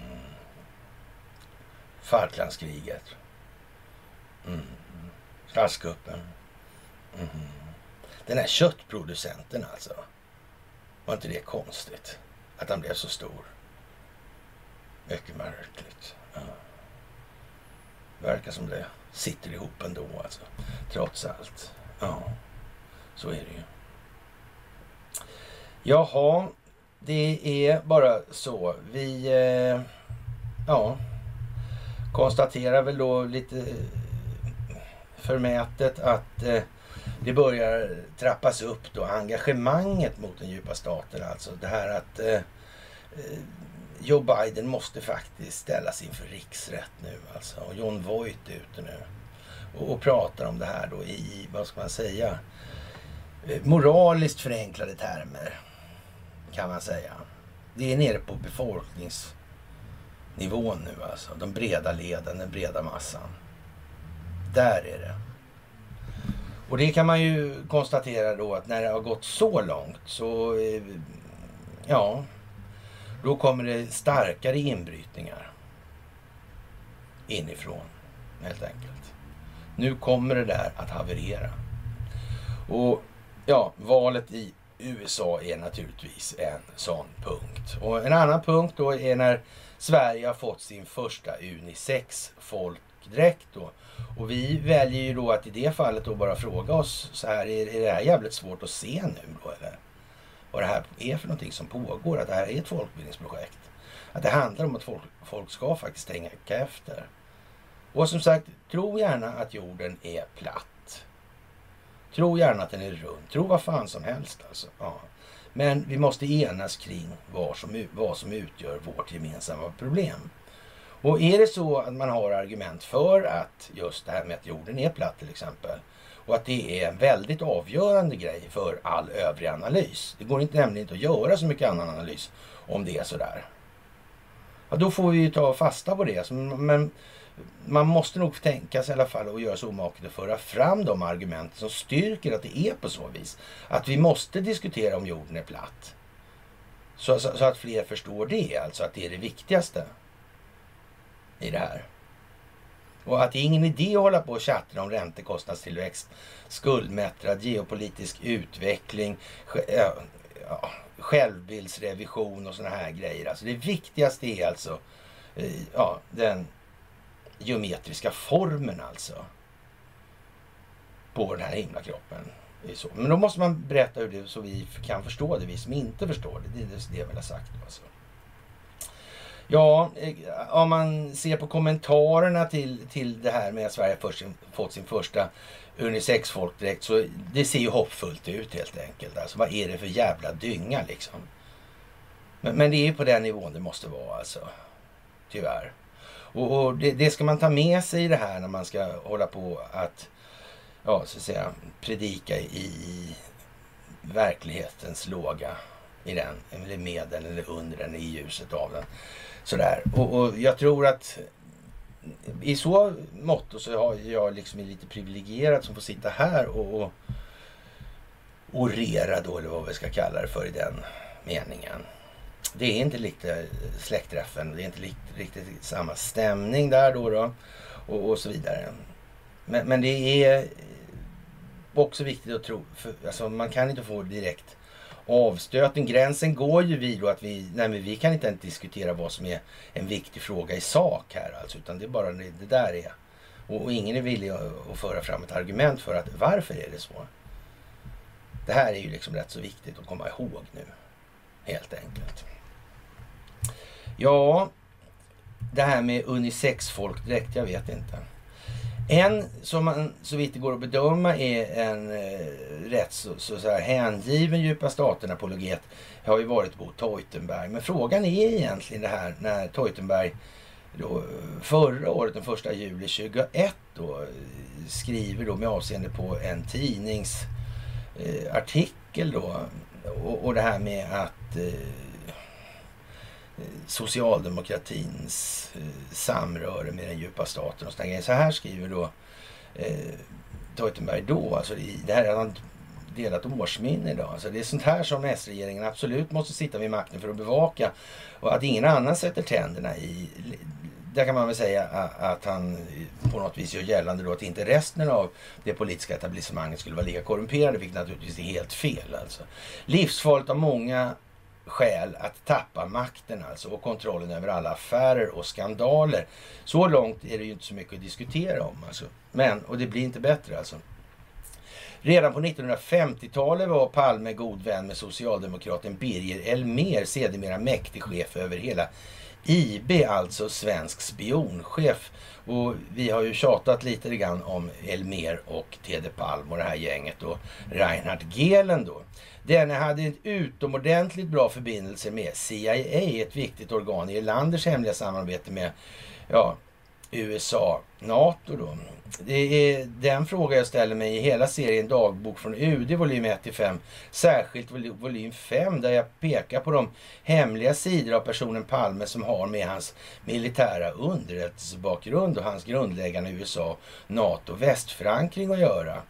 [SPEAKER 1] Falklandskriget. Mm. Statskuppen. Mm. Den här köttproducenten alltså. Var inte det konstigt? Att han blev så stor. Mycket märkligt. Ja. Verkar som det sitter ihop ändå alltså. Trots allt. Ja, så är det ju. Jaha, det är bara så. Vi eh, ja, konstaterar väl då lite förmätet att eh, det börjar trappas upp då. Engagemanget mot den djupa staten. Alltså det här att eh, Joe Biden måste faktiskt ställas inför riksrätt nu alltså. Och John Voight är ute nu och, och pratar om det här då i, vad ska man säga, moraliskt förenklade termer kan man säga. Det är nere på befolkningsnivån nu alltså. De breda leden, den breda massan. Där är det. Och det kan man ju konstatera då att när det har gått så långt så ja, då kommer det starkare inbrytningar inifrån helt enkelt. Nu kommer det där att haverera. Och ja, valet i U S A är naturligtvis en sån punkt. Och en annan punkt då är när Sverige har fått sin första unisex-folkdräkt då. Och vi väljer ju då att i det fallet då bara fråga oss så här, är, är det här jävligt svårt att se nu då eller? Vad det här är för någonting som pågår, att det här är ett folkbildningsprojekt. Att det handlar om att folk, folk ska faktiskt tänka efter. Och som sagt, tro gärna att jorden är platt. Tro gärna att den är rund. Tro vad fan som helst alltså. Ja. Men vi måste enas kring vad som, vad som utgör vårt gemensamma problem. Och är det så att man har argument för att just det här med att jorden är platt till exempel, och att det är en väldigt avgörande grej för all övrig analys. Det går inte nämligen inte att göra så mycket annan analys om det är sådär. Ja, då får vi ju ta fasta på det. Men man måste nog tänka sig i alla fall och göra så omakligt att föra fram de argument som styrker att det är på så vis. Att vi måste diskutera om jorden är platt. Så, så, så att fler förstår det, alltså att det är det viktigaste i det här. Och att det är ingen idé att hålla på och chatta om räntekostnadstillväxt, skuldmättrad geopolitisk utveckling, ja, självbildsrevision och såna här grejer. Alltså det viktigaste är alltså ja, den geometriska formen alltså på den här himlakroppen. Men då måste man berätta hur det så vi kan förstå det, vi som inte förstår det. Det är det jag vill ha sagt alltså. Ja, om man ser på kommentarerna till, till det här med att Sverige först fått sin första unisex-folkdräkt, så det ser ju hoppfullt ut helt enkelt. Alltså vad är det för jävla dynga liksom? Men, men det är ju på den nivån det måste vara alltså. Tyvärr. Och, och det, det ska man ta med sig i det här när man ska hålla på att, ja, så att säga, predika i verklighetens låga i den, eller med den eller under den, i ljuset av den. Sådär. Och, och jag tror att i så mått så har jag liksom lite privilegierat som får sitta här och, och orera då, eller vad vi ska kalla det för i den meningen. Det är inte lite släktträffen, det är inte riktigt, riktigt samma stämning där då, då och, och så vidare. Men, men det är också viktigt att tro, för, alltså man kan inte få direkt avstötning. Gränsen går ju vid då att vi, nej men vi kan inte ens diskutera vad som är en viktig fråga i sak här alltså, utan det är bara det, det där är. Och, och ingen är villig att, att föra fram ett argument för att varför är det så. Det här är ju liksom rätt så viktigt att komma ihåg nu, helt enkelt. Ja, det här med unisex-folk direkt, jag vet inte. En som man så vitt det går att bedöma är en eh, rätt så, så, så här hängiven djupa staten-apologet har ju varit Bo Teutenberg. Men frågan är egentligen det här när Teutenberg då, förra året, den första juli tjugoett då, skriver då med avseende på en tidningsartikel eh, då och, och det här med att eh, socialdemokratins eh, samröre med den djupa staten och sådär. Så här skriver då eh, Teutenberg då, alltså i, det här är han delat årsminne idag. Alltså det är sånt här som S-regeringen absolut måste sitta vid makten för att bevaka och att ingen annan sätter tänderna i. Där kan man väl säga att han på något vis gör gällande då att inte resten av det politiska etablissemanget skulle vara lika korrumperade, vilket naturligtvis är helt fel alltså. Livsfarligt av många skäl att tappa makten alltså och kontrollen över alla affärer och skandaler. Så långt är det ju inte så mycket att diskutera om alltså. Men, och det blir inte bättre alltså. Redan på nittonhundrafemtiotalet var Palme god vän med socialdemokraten Birger Elmér, sedermera mäktig chef över hela I B, alltså svensk spionchef. Och vi har ju tjatat lite grann om Elmér och T D Palm och det här gänget och Reinhard Gehlen då. Denne hade ett utomordentligt bra förbindelse med C I A, ett viktigt organ i Erlanders hemliga samarbete med ja, U S A, NATO då. Det är den fråga jag ställer mig i hela serien Dagbok från U D, volym ett till fem, särskilt volym fem, där jag pekar på de hemliga sidor av personen Palme som har med hans militära underrättelsebakgrund och hans grundläggande U S A, NATO, västförankring att göra.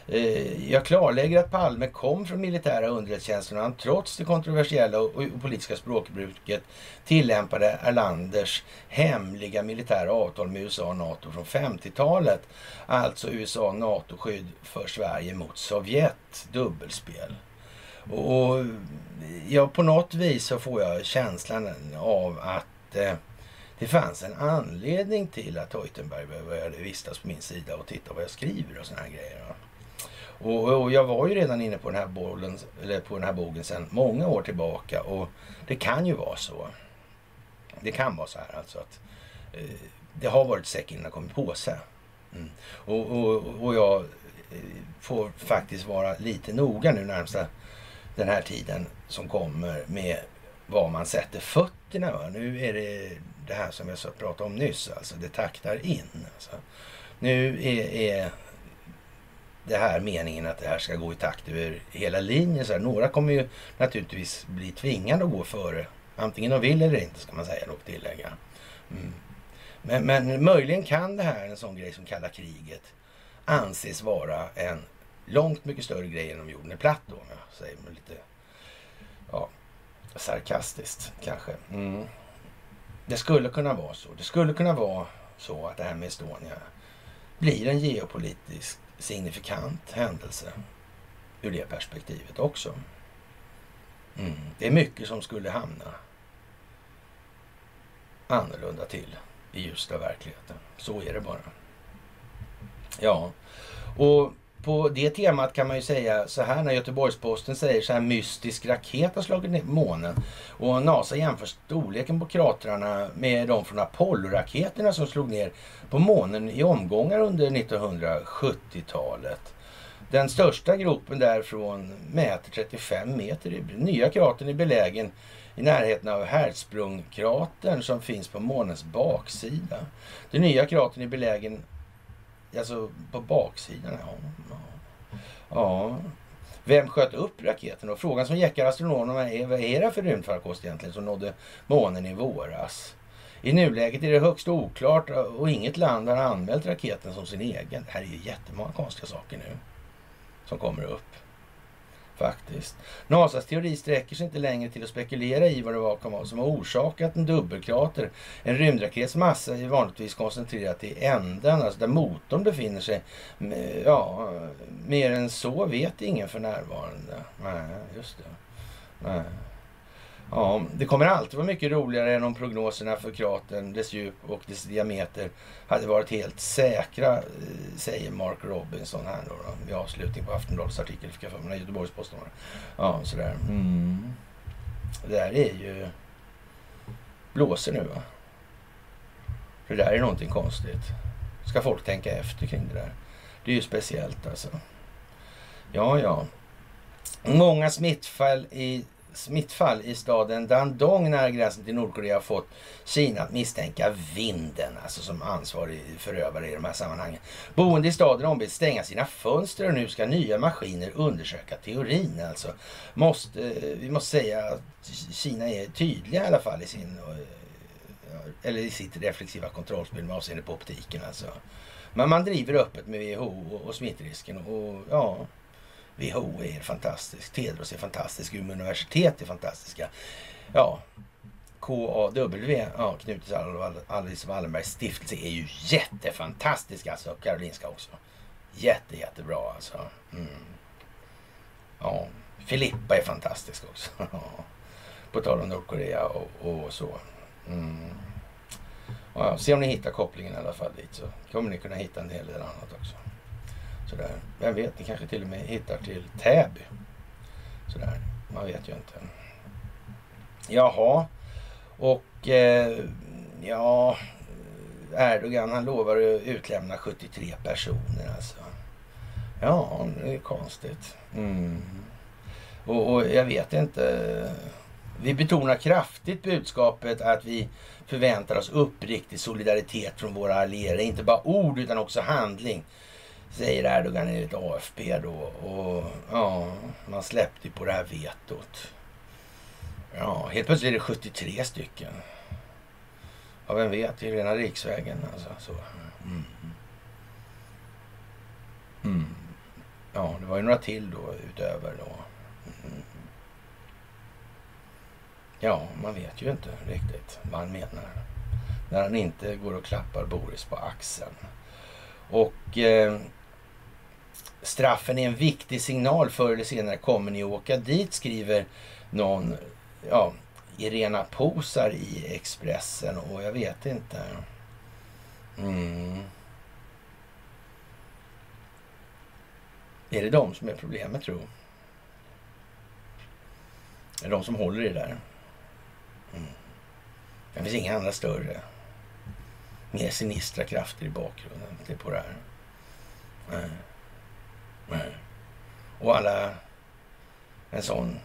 [SPEAKER 1] Jag klarlägger att Palme kom från militära underrättelsetjänsten och han trots det kontroversiella och politiska språkbruket tillämpade Erlanders hemliga militära avtal med U S A och NATO från femtiotalet. Alltså U S A och NATO-skydd för Sverige mot Sovjet, dubbelspel. Och ja, på något vis så får jag känslan av att eh, det fanns en anledning till att Teutenberg började vistas på min sida och titta vad jag skriver och såna här grejer. Och, och jag var ju redan inne på den här bollen, eller på den här bogen sedan många år tillbaka och det kan ju vara så. Det kan vara så här alltså att eh, det har varit säck innan det kommit på sig. Mm. Och, och, och jag får faktiskt vara lite noga nu närmsta den här tiden som kommer med vad man sätter fötterna. Va? Nu är det det här som jag så pratade om nyss, alltså det taktar in. Alltså. Nu är, är det här meningen att det här ska gå i takt över hela linjen. Så här, några kommer ju naturligtvis bli tvingade att gå före. Antingen de vill eller inte, ska man säga och tillägga. Mm. Men, men möjligen kan det här, en sån grej som kalla kriget, anses vara en långt mycket större grej än om jorden är platt då. Om jag säger med lite ja, sarkastiskt kanske. Mm. Det skulle kunna vara så. Det skulle kunna vara så att det här med Estonia blir en geopolitisk signifikant händelse ur det perspektivet också. Mm. Det är mycket som skulle hamna annorlunda till i just av verkligheten. Så är det bara. Ja, och på det temat kan man ju säga så här när Göteborgs-Posten säger så här: mystisk raket har slagit ner månen och NASA jämför storleken på kratrarna med de från Apollo-raketerna som slog ner på månen i omgångar under nittonhundrasjuttiotalet. Den största gropen därifrån mäter trettiofem meter. Nya kratern är belägen i närheten av Hertzsprung-kratern som finns på månens baksida. Den nya kratern är belägen alltså på baksidan. Ja, ja. ja. Vem sköt upp raketen? Och frågan som jäckar astronomerna är, vad är det för rymdfarkost egentligen som nådde månen i våras? I nuläget är det högst oklart och inget land har anmält raketen som sin egen. Det här är ju jättemånga konstiga saker nu som kommer upp. Faktiskt. NASAs teori sträcker sig inte längre till att spekulera i vad det var som har orsakat en dubbelkrater. En rymdrakets massa är vanligtvis koncentrerat i änden, alltså där motorn befinner sig. Ja, mer än så vet ingen för närvarande. Nej, just det. Nej. Ja, det kommer alltid vara mycket roligare än om prognoserna för kratern, dess djup och dess diameter hade varit helt säkra, säger Mark Robinson här då, då i avslutning på Aftonbladets artikel för mig, Göteborgs-Posten. Ja, sådär. Mm. Det där är ju blåser nu, va? Det där är någonting konstigt. Ska folk tänka efter kring det där? Det är ju speciellt alltså. Ja, ja. Många smittfall i Smittfall i staden Dandong nära gränsen till Nordkorea har fått Kina att misstänka vinden, alltså som ansvarig förövare i de här sammanhangen. Boende i staden ombeds stänga sina fönster och nu ska nya maskiner undersöka teorin. Alltså måste, vi måste säga att Kina är tydliga i alla fall i sin eller i sitt reflexiva kontrollspel med avseende på optiken. Alltså. Men man driver öppet med W H O och smittrisken och ja... W H O är fantastisk, Tedros är fantastisk, Umeå universitet är fantastiska. Ja, K A W, ja, Knutis Alice Wallenbergs stiftelse är ju jättefantastisk alltså, Karolinska också. Jätte, jättebra alltså. Mm. Ja, Filippa är fantastisk också. På tal om Nordkorea och, och så. Mm. Ja, se om ni hittar kopplingen i alla fall dit så kommer ni kunna hitta en hel del annat också. Sådär. Vem vet, ni kanske till och med hittar till Täby. Sådär, man vet ju inte. Jaha, och eh, ja, Erdogan han lovar att utlämna sjuttiotre personer alltså. Ja, det är konstigt. Mm. Och, och jag vet inte, vi betonar kraftigt budskapet att vi förväntar oss uppriktig solidaritet från våra allierade. Inte bara ord utan också handling. Säger Erdogan enligt A F P då. Och ja, man släppte på det här vetot. Ja, helt plötsligt är det sjuttiotre stycken. Ja, vem vet, det är rena riksvägen alltså. Så. Mm. Mm. Ja, det var ju några till då utöver då. Mm. Ja, man vet ju inte riktigt vad han menar. När han inte går och klappar Boris på axeln. Och eh, straffen är en viktig signal, förr eller senare kommer ni åka dit, skriver någon, ja, Irena Posar i Expressen, och jag vet inte. Mm. Är det de som är problemet, tror jag? Är det de som håller i det där? Mm. Det finns inga andra större, mer sinistra krafter i bakgrunden till på det här. Nej. Nej. Och alla en sån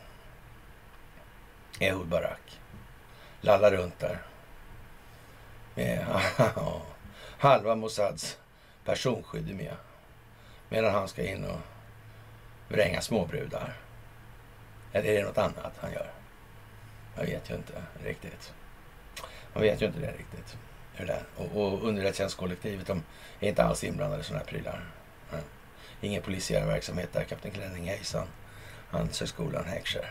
[SPEAKER 1] Ehud Barak lallar runt där med halva Mossads personskydd med, medan han ska in och vränga småbrudar. Eller är det något annat han gör? Jag vet ju inte riktigt. Man vet ju inte det riktigt. Hur det är. Och, och underrättelsetjänstkollektivet, de är inte alls inblandade i sådana här prylar. Ja. Ingen polisiär verksamhet där, Kapten Klänning, hejsan. Handelshögskolan, Heckscher.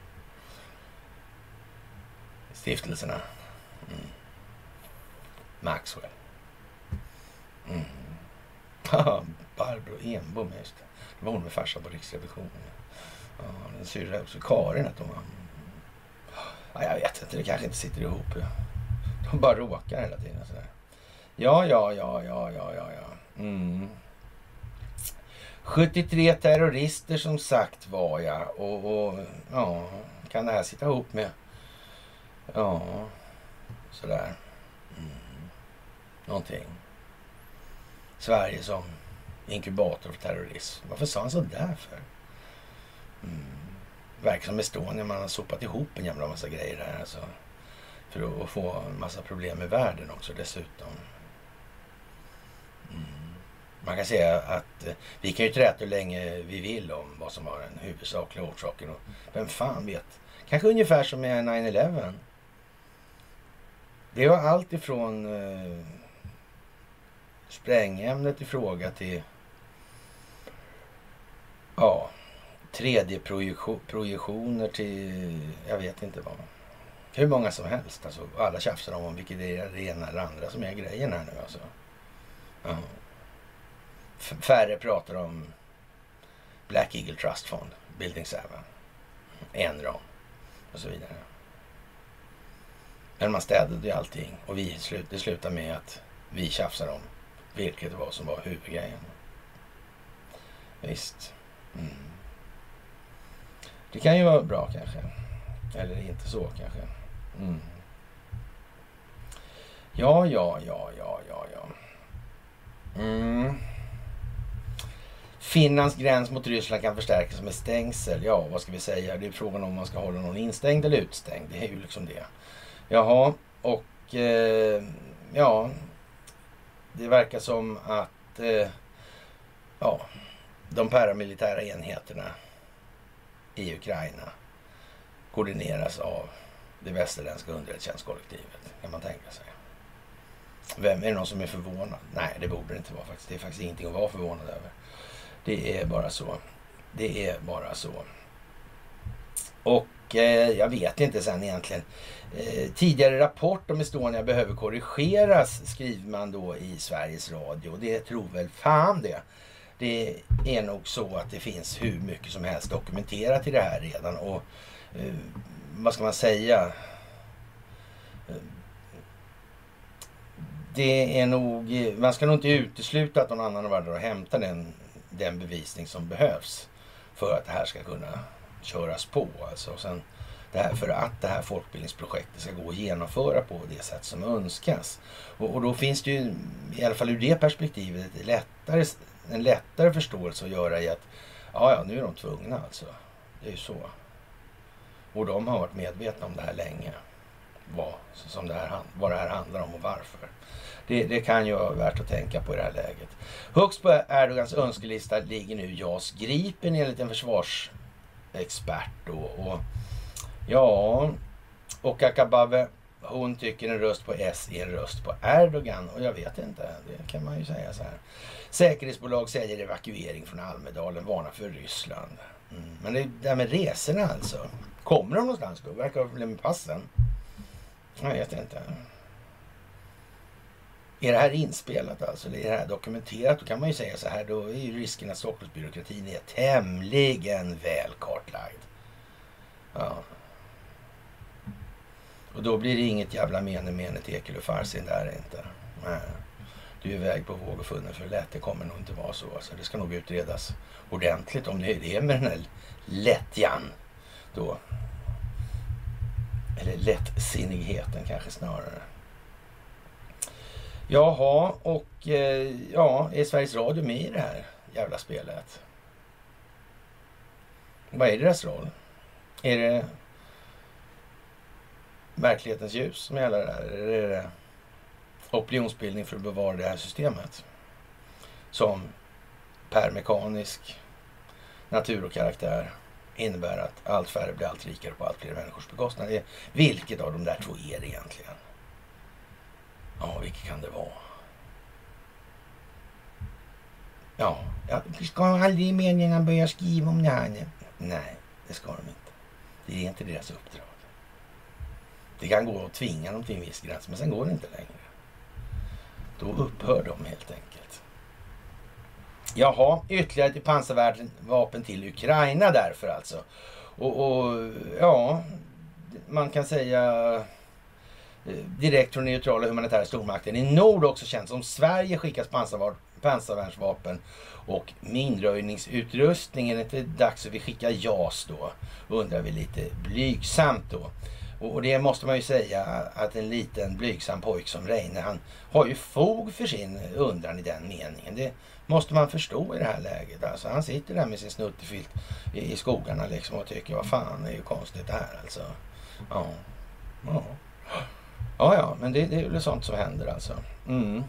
[SPEAKER 1] Stiftelserna. Mm. Maxwell. Mm. Barbro Enbom, just det. Det var hon med farsan på Riksrevisionen. Ja, den syrra också. Karin att de var... Ja, jag vet inte, det kanske inte sitter ihop. De bara råkar hela tiden. Sådär. Ja, ja, ja, ja, ja, ja, ja. Mm. sjuttiotre terrorister som sagt var jag. Och, och ja, kan det här sitta ihop med... Ja, sådär. Mm. Någonting. Sverige som inkubator för terrorism. Varför sa han så där för? Mm. verkar som Estonia, man har sopat ihop en jävla massa grejer här alltså. För att få en massa problem med världen också dessutom. Mm. Man kan säga att eh, vi kan ju träta hur länge vi vill om vad som var den huvudsakliga orsaken. Och vem fan vet? Kanske ungefär som med nine eleven. Det var allt ifrån eh, sprängämnet i fråga till ja, tre D-projektioner till jag vet inte vad. Hur många som helst. Alltså, alla tjafsar om vilket är det ena eller andra som är grejen här nu. Alltså. Ja. F- färre pratar om Black Eagle Trust Fund, Building seven, Enron och så vidare. Men man städade ju allting och vi slut, det slutar med att vi tjafsar om vilket det var som var huvudgrejen. Visst. Mm. Det kan ju vara bra kanske. Eller inte så kanske. Mm. Ja, ja, ja, ja, ja, ja. Mm. Finlands gräns mot Ryssland kan förstärkas med stängsel. Ja, vad ska vi säga? Det är frågan om man ska hålla någon instängd eller utstängd. Det är ju liksom det. Jaha, och eh, ja, det verkar som att eh, ja, de paramilitära enheterna i Ukraina koordineras av det västerländska underrättelsetjänstkollektivet, kan man tänka sig. Vem är det någon som är förvånad? Nej, det borde det inte vara faktiskt. Det är faktiskt ingenting att vara förvånad över. Det är bara så. Det är bara så. Och eh, jag vet inte sen egentligen. Eh, tidigare rapport om Estonia behöver korrigeras, skriver man då i Sveriges Radio. Det tror väl fan det. Det är nog så att det finns hur mycket som helst dokumenterat i det här redan. Och eh, vad ska man säga? Det är nog, man ska nog inte utesluta att någon annan har varit där och hämtat den, den bevisning som behövs för att det här ska kunna köras på. Alltså. Sen det här, för att det här folkbildningsprojektet ska gå att genomföra på det sätt som önskas. Och, och då finns det ju, i alla fall ur det perspektivet, lättare, en lättare förståelse att göra i att ja, ja, nu är de tvungna alltså. Det är ju så. Och de har varit medvetna om det här länge. Vad, som det här, vad det här handlar om och varför. Det, det kan ju vara värt att tänka på i det här läget. Högst på Erdogans önskelista ligger nu JAS Gripen enligt en försvarsexpert. Då. Och, ja, och Akabave, hon tycker en röst på S är en röst på Erdogan. Och jag vet inte, det kan man ju säga så här. Säkerhetsbolag säger evakuering från Almedalen, varnar för Ryssland. Mm. Men det där med resorna alltså. Kommer de någonstans då? Verkar ha problem med passen. Jag vet inte. Är det här inspelat alltså? Eller är det här dokumenterat? Då kan man ju säga så här. Då är ju risken att Stockholmsbyråkratin är tämligen väl kartlagd. Ja. Och då blir det inget jävla mene, mene, tekel och farsin där inte. Nej. Du är iväg på våg och funnen för lätt. Det kommer nog inte vara så. Alltså, det ska nog utredas ordentligt om det är det med den här lättjan då. Eller lättsinnigheten kanske snarare. Jaha, och eh, ja, är Sveriges Radio med i det här jävla spelet? Vad är deras roll? Är det verklighetens ljus som gäller det här? Eller är det opinionsbildning för att bevara det här systemet? Som per mekanisk natur och karaktär innebär att allt färre blir allt rikare på allt fler människors bekostnad. Vilket av de där två är det egentligen? Ja, vilket kan det vara? Ja, jag ska aldrig i meningen börja skriva om det här. Nej, det ska de inte. Det är inte deras uppdrag. Det kan gå att tvinga dem till en viss gräns, men sen går det inte längre. Då upphör de helt enkelt. Jaha, ytterligare till pansarvapen till Ukraina därför alltså. Och, och ja, man kan säga direkt från neutrala humanitära stormakten i nord också känns som Sverige skickas pansarvar, pansarvärnsvapen och minröjningsutrustning. Är det inte dags att vi skickar JAS då? Undrar vi lite blygsamt då. Och det måste man ju säga att en liten blygsam pojk som Reine, han har ju fog för sin undran i den meningen. Det måste man förstå i det här läget. Alltså, han sitter där med sin snuttefilt i, i skogarna liksom och tycker, vad fan, det är ju konstigt det här alltså. Ja, ja, ja, ja men det, det är väl sånt som händer alltså. Mm.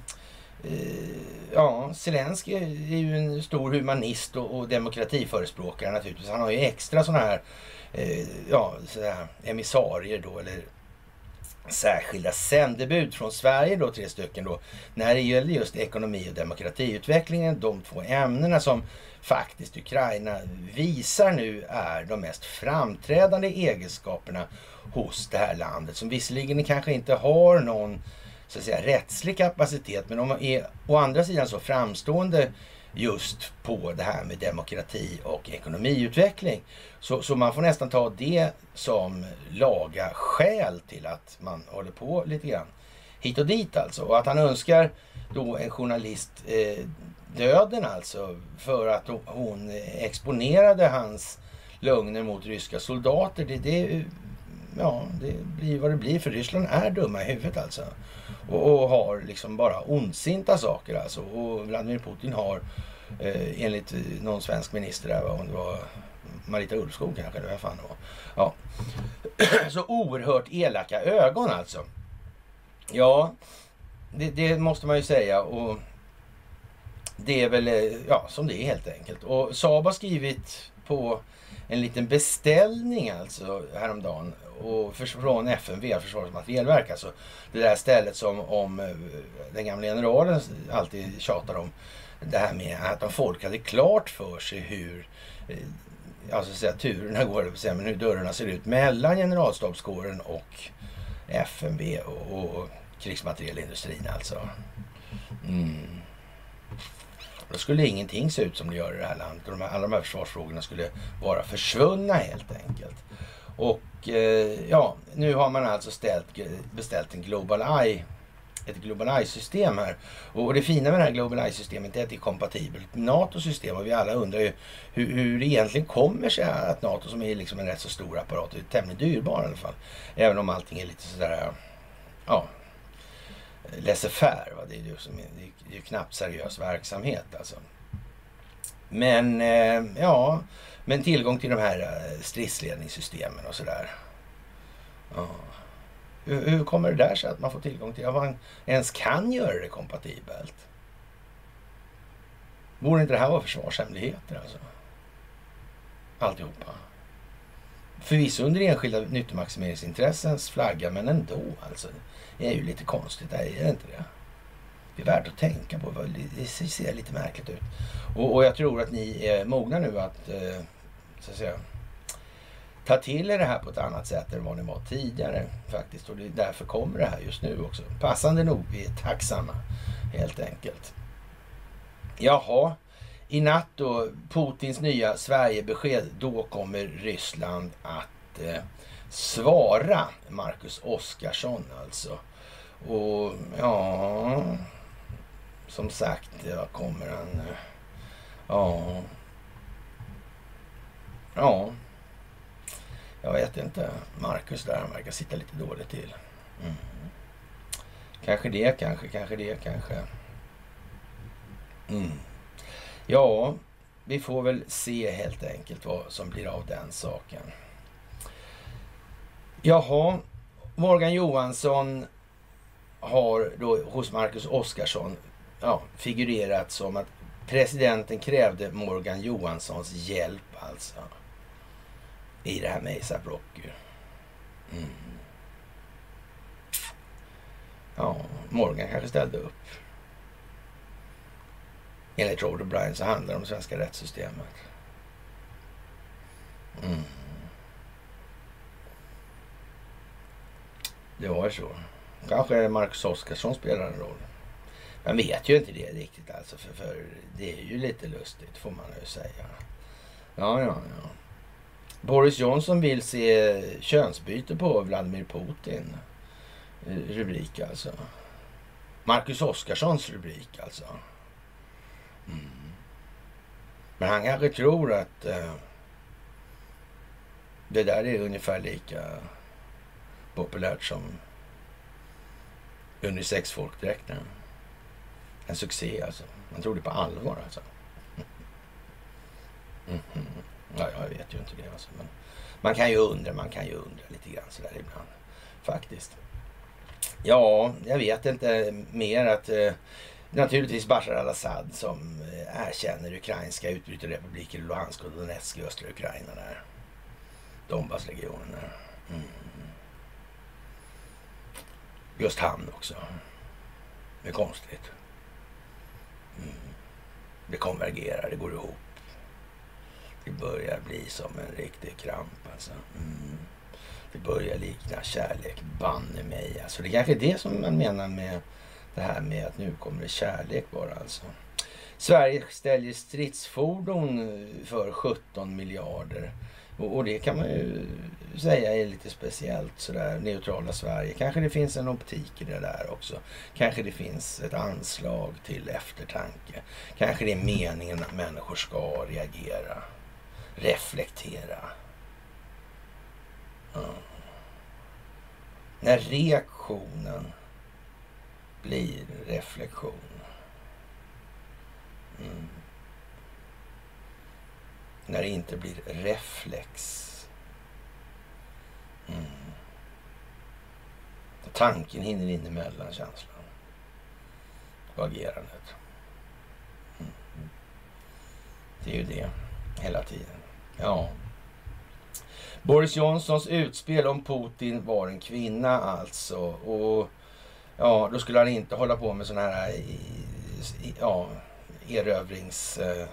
[SPEAKER 1] Ja, Zelensky är ju en stor humanist och, och demokratiförespråkare naturligtvis. Han har ju extra sådana här eh, ja, sådär emissarier då, eller särskilda sändebud från Sverige då, tre stycken då, när det gäller just ekonomi och demokratiutvecklingen, de två ämnena som faktiskt Ukraina visar nu är de mest framträdande egenskaperna hos det här landet, som visserligen kanske inte har någon så att säga rättslig kapacitet, men de är å andra sidan så framstående just på det här med demokrati och ekonomiutveckling. Så, så man får nästan ta det som laga skäl till att man håller på lite grann hit och dit alltså. Och att han önskar då en journalist eh, döden alltså, för att hon exponerade hans lögner mot ryska soldater. Det, det, ja, det blir vad det blir, för Ryssland är dumma i huvudet alltså. Och, och har liksom bara ondsinta saker alltså. Och Vladimir Putin har eh, enligt någon svensk minister där, om det var Marita Ulvskog kanske, eller vad fan det var. Ja. Så oerhört elaka ögon alltså. Ja, det, det måste man ju säga, och det är väl ja, som det är helt enkelt. Och Saab har skrivit på en liten beställning alltså häromdagen och för, från F M V, Försvarets materielverk, alltså det där stället som om den gamla generalen alltid tjatar om, det här med att om folk hade klart för sig hur alltså säga turerna går, men hur dörrarna ser ut mellan generalstabskåren och F M V och, och krigsmaterielindustrin alltså. Mm. Då skulle ingenting se ut som det gör i det här landet. Och de här, alla de här försvarsfrågorna skulle vara försvunna helt enkelt. Och eh, ja, nu har man alltså ställt, beställt en Global Eye, ett Global Eye-system här. Och det fina med det här Global Eye-systemet är att det är kompatibelt med NATO-system. Och vi alla undrar ju hur, hur det egentligen kommer sig att NATO, som är liksom en rätt så stor apparat, är tämligen dyrbar i alla fall. Även om allting är lite sådär, ja, laissez-faire, va? Det är ju som, det är ju knappt seriös verksamhet alltså. Men eh, ja, men tillgång till de här stridsledningssystemen och sådär. Ja. Hur, hur kommer det där sig att man får tillgång till, att man ens kan göra det kompatibelt? Borde inte det här vara försvarshemligheter alltså? Alltihopa. Förvisso under enskilda nyttomaximeringsintressens flagga, men ändå alltså. Det är ju lite konstigt, är det inte det? Det är värt att tänka på, det ser lite märkligt ut. Och, och jag tror att ni är mogna nu att, eh, så att säga, ta till er det här på ett annat sätt än vad ni var tidigare faktiskt. Och det är därför kommer det här just nu också. Passande nog, vi är tacksamma helt enkelt. Jaha, i natt då, Putins nya Sverigebesked, då kommer Ryssland att eh, svara Marcus Oskarsson alltså. Och ja, som sagt, vad kommer han? Ja, ja, jag vet inte. Marcus där, han verkar sitta lite dåligt till. Mm. Kanske det, kanske, kanske det, kanske. Mm. Ja, vi får väl se helt enkelt vad som blir av den saken. Jaha, Morgan Johansson har då hos Marcus Oskarsson ja, figurerat som att presidenten krävde Morgan Johanssons hjälp alltså i det här med ASAP Rocky. Mm. Ja, Morgan kanske ställde upp. Enligt Robert O'Brien så handlar det om det svenska rättssystemet. Mm. Det var så. Kanske Marcus Oskarsson spelar en roll. Man vet ju inte det riktigt alltså. För, för det är ju lite lustigt, får man ju säga. Ja, ja, ja. Boris Johnson vill se könsbyte på Vladimir Putin. Rubrik alltså. Marcus Oskarssons rubrik alltså. Mm. Men han kanske tror att eh, det där är ungefär lika populärt som unisex-folkdräkten. En succé alltså. Man tror det på allvar alltså. Mm-hmm. Ja, jag vet ju inte det alltså. Men man kan ju undra, man kan ju undra lite grann sådär ibland. Faktiskt. Ja, jag vet inte mer att eh, naturligtvis Bashar al-Assad som eh, erkänner ukrainska utbrytarrepubliker Luhansk och Donetsk i östra Ukraina där. Donbassregionen där. Mm. Just han också. Det är konstigt. Mm. Det konvergerar, det går ihop. Det börjar bli som en riktig kramp alltså. Mm. Det börjar likna kärlek, banne mig. Alltså det är kanske det som man menar med det här med att nu kommer det kärlek bara alltså. Sverige ställer stridsfordon för sjutton miljarder. Och, och det kan man ju säga är lite speciellt sådär, neutrala Sverige. Kanske det finns en optik i det där också. Kanske det finns ett anslag till eftertanke. Kanske det är meningen att människor ska reagera. Reflektera. Mm. När reaktionen blir reflektion. Mm. När det inte blir reflex. Mm. Tanken hinner in emellan känslan och agerandet. Mm. Det är ju det hela tiden. Ja. Boris Johnsons utspel om Putin var en kvinna alltså. Och ja, då skulle han inte hålla på med sån här i, i, ja, erövrings... Eh,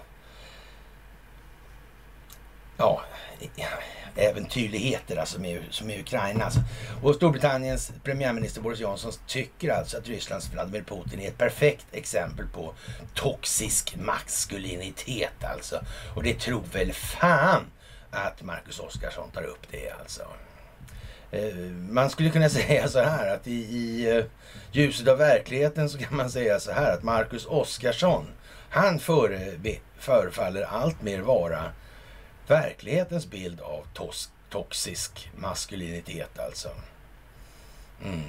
[SPEAKER 1] ja, äventyrligheter alltså med, som i Ukraina. Alltså. Och Storbritanniens premiärminister Boris Johnson tycker alltså att Rysslands Vladimir Putin är ett perfekt exempel på toxisk maskulinitet alltså. Och det tror väl fan att Marcus Oskarsson tar upp det alltså. Eh, man skulle kunna säga så här att i, i uh, ljuset av verkligheten så kan man säga så här att Marcus Oskarsson, han före, förefaller allt mer vara verklighetens bild av tos, toxisk maskulinitet alltså. Mm.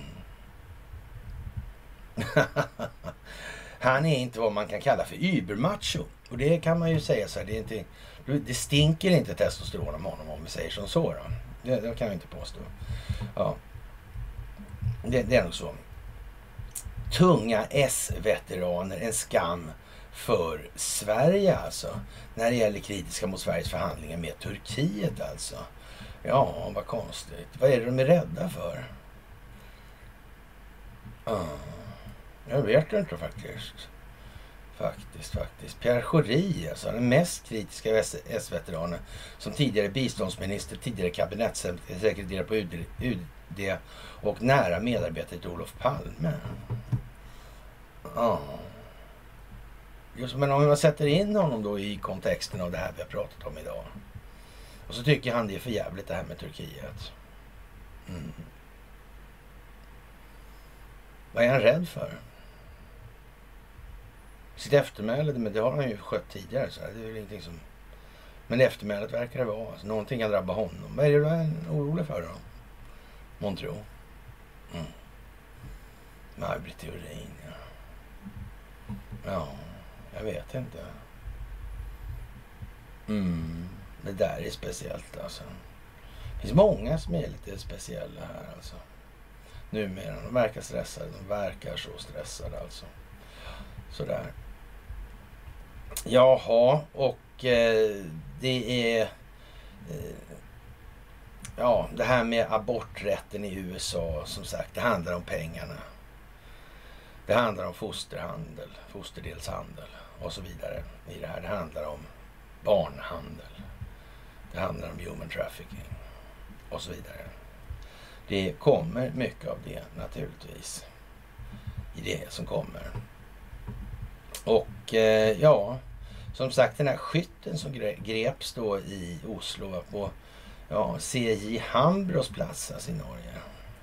[SPEAKER 1] Han är inte vad man kan kalla för übermacho. Och det kan man ju säga så här, det är inte, det stinker inte testosteron om honom om vi säger som så då. Det, det kan jag inte påstå. Ja. Det, det är nog så. Tunga S-veteraner, en skam för Sverige alltså. När det gäller kritiska mot Sveriges förhandlingar med Turkiet alltså. Ja, vad konstigt. Vad är det de är rädda för? Ah, jag vet inte faktiskt. Faktiskt, faktiskt. Pierre Schori, alltså den mest kritiska S-veteranen som tidigare biståndsminister, tidigare kabinettssekreterare på U D och nära medarbetare till Olof Palme. Ja. Just, men om man sätter in honom då i kontexten av det här vi har pratat om idag. Och så tycker han det är för jävligt det här med Turkiet. Mm. Vad är han rädd för? Sitt eftermäle, men det har han ju skött tidigare. Så det är väl ingenting som... Men eftermälet verkar det vara. Alltså, någonting kan drabba honom. Vad är det du är orolig för då? Montro. Mm. Maj Britt Theorin, ja. Ja, jag vet inte. Mm. Det där är speciellt alltså. Det finns många som är lite speciella här alltså. Numera, de verkar stressade. De verkar så stressade alltså. Sådär. Jaha, och eh, det är eh, ja, det här med aborträtten i U S A, som sagt, det handlar om pengarna. Det handlar om fosterhandel, fosterdelshandel och så vidare i det här. Det handlar om barnhandel. Det handlar om human trafficking och så vidare. Det kommer mycket av det naturligtvis i det som kommer. Och eh, ja, som sagt, den här skytten som greps då i Oslo på ja, C J Hambros plats alltså i Norge.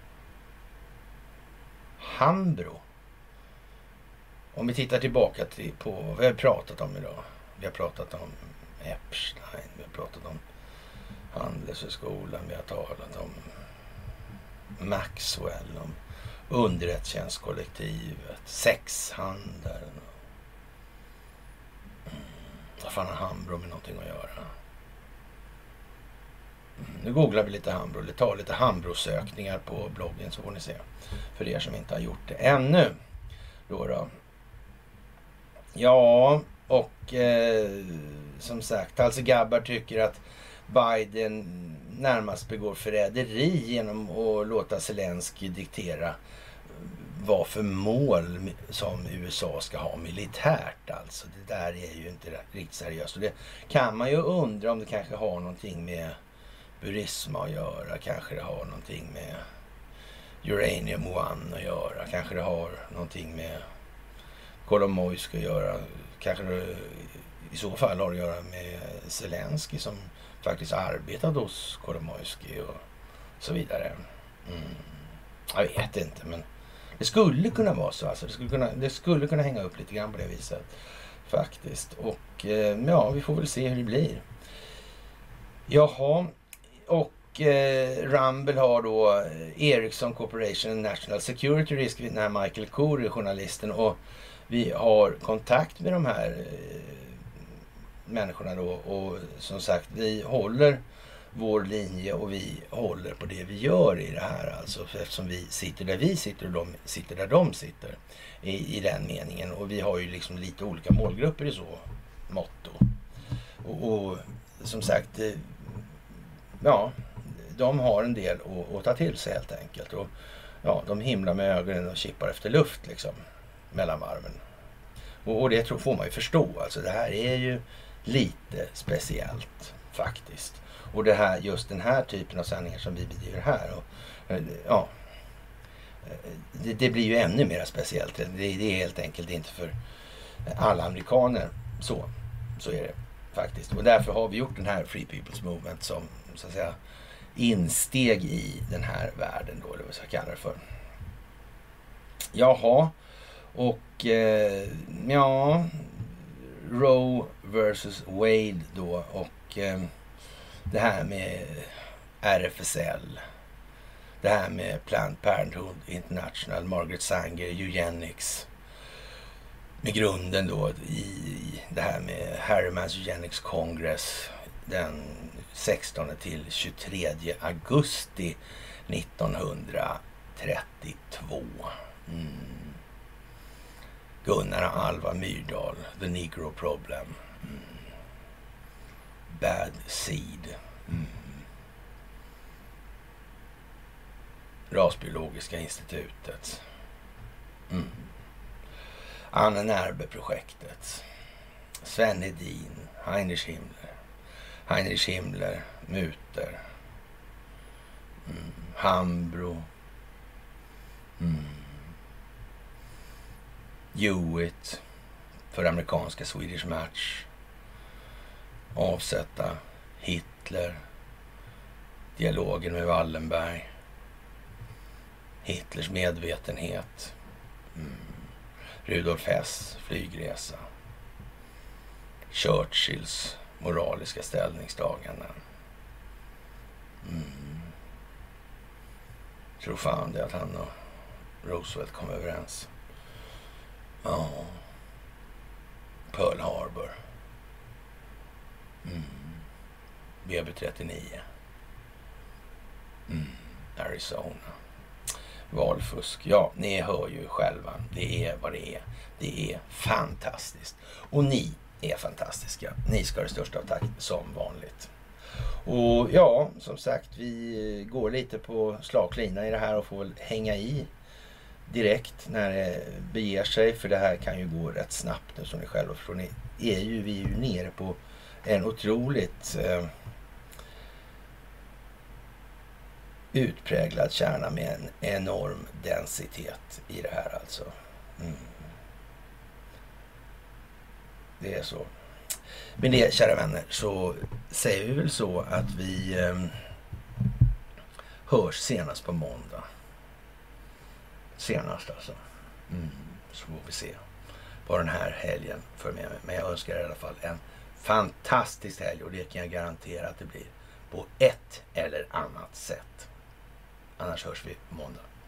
[SPEAKER 1] Hambro. Om vi tittar tillbaka till på vad vi har pratat om idag. Vi har pratat om Epstein, vi har pratat om Handelshögskolan, vi har talat om Maxwell, om underrättelsetjänstkollektivet, sexhandeln. Mm. Vad fan har Hambro med någonting att göra? Mm. Nu googlar vi lite Hambro, eller tar lite Hambro-sökningar på bloggen så får ni se. För er som inte har gjort det ännu. Då då. Ja, och eh, som sagt, alltså Gabbard tycker att Biden närmast begår förräderi genom att låta Zelensky diktera vad för mål som U S A ska ha militärt. Alltså det där är ju inte riktigt seriöst. Och det kan man ju undra om det kanske har någonting med Burisma att göra. Kanske det har någonting med Uranium One att göra. Kanske det har någonting med Kolomoysk att göra. Kanske det i så fall har att göra med Zelensky som faktiskt arbetat hos Kolomoyski och så vidare. Mm. Jag vet inte, men det skulle kunna vara så. Alltså. Det, skulle kunna, det skulle kunna hänga upp lite grann på det viset faktiskt. Och eh, ja, vi får väl se hur det blir. Jaha, och eh, Rumble har då Ericsson Corporation and National Security Risk, den här Michael Corey, journalisten, och vi har kontakt med de här eh, människorna då, och som sagt, vi håller vår linje och vi håller på det vi gör i det här, alltså eftersom vi sitter där vi sitter och de sitter där de sitter i, i den meningen, och vi har ju liksom lite olika målgrupper i så motto, och, och som sagt, ja, de har en del att, att ta till sig helt enkelt, och ja, de himlar med ögonen och kippar efter luft liksom mellan varven, och, och det tror, får man ju förstå, alltså det här är ju lite speciellt faktiskt. Och det här, just den här typen av sändningar som vi bedriver här, och, ja, det, det blir ju ännu mer speciellt. Det, det är helt enkelt inte för alla amerikaner. Så, så är det faktiskt. Och därför har vi gjort den här Free People's Movement som, så att säga, insteg i den här världen då, eller vad jag kallar det för. Jaha, och eh, ja, Roe versus Wade då, och eh, det här med R F S L, det här med Planned Parenthood International, Margaret Sanger, Eugenics, med grunden då i det här med Harriman's Eugenics Congress den sextonde till tjugotredje augusti nittonhundratrettiotvå. Mm. Gunnar Alva Myrdal, The Negro Problem. Mm. Bad Seed. Mm. Rasbiologiska institutet. Mm. Anne Närbe-projektet. Sven Hedin. Heinrich Himmler. Heinrich Himmler. Muter. Mm. Hambro. Mm. Hewitt. För amerikanska Swedish Match. Avsätta Hitler. Dialogen med Wallenberg. Hitlers medvetenhet. Mm. Rudolf Hess flygresa. Churchills moraliska ställningstaganden. Mm. Tror fan det att han och Roosevelt kom överens. Ja. Pearl Harbor. Mm. B B trettionio. Mm. Arizona. Valfusk. Ja, ni hör ju själva. Det är vad det är. Det är fantastiskt. Och ni är fantastiska. Ni ska ha det största av tack som vanligt. Och ja, som sagt, vi går lite på slaklina i det här och får väl hänga i direkt när det beger sig. För det här kan ju gå rätt snabbt nu, som ni själva förstår. Ni är ju, vi är ju nere på en otroligt eh, utpräglad kärna med en enorm densitet i det här alltså. Mm. Det är så. Men det, kära vänner, så säger vi väl så att vi eh, hörs senast på måndag. Senast alltså. Mm. Så får vi se vad den här helgen för med mig. Men jag önskar i alla fall en fantastisk helg, och det kan jag garantera att det blir på ett eller annat sätt. Annars annars hörs vi måndag.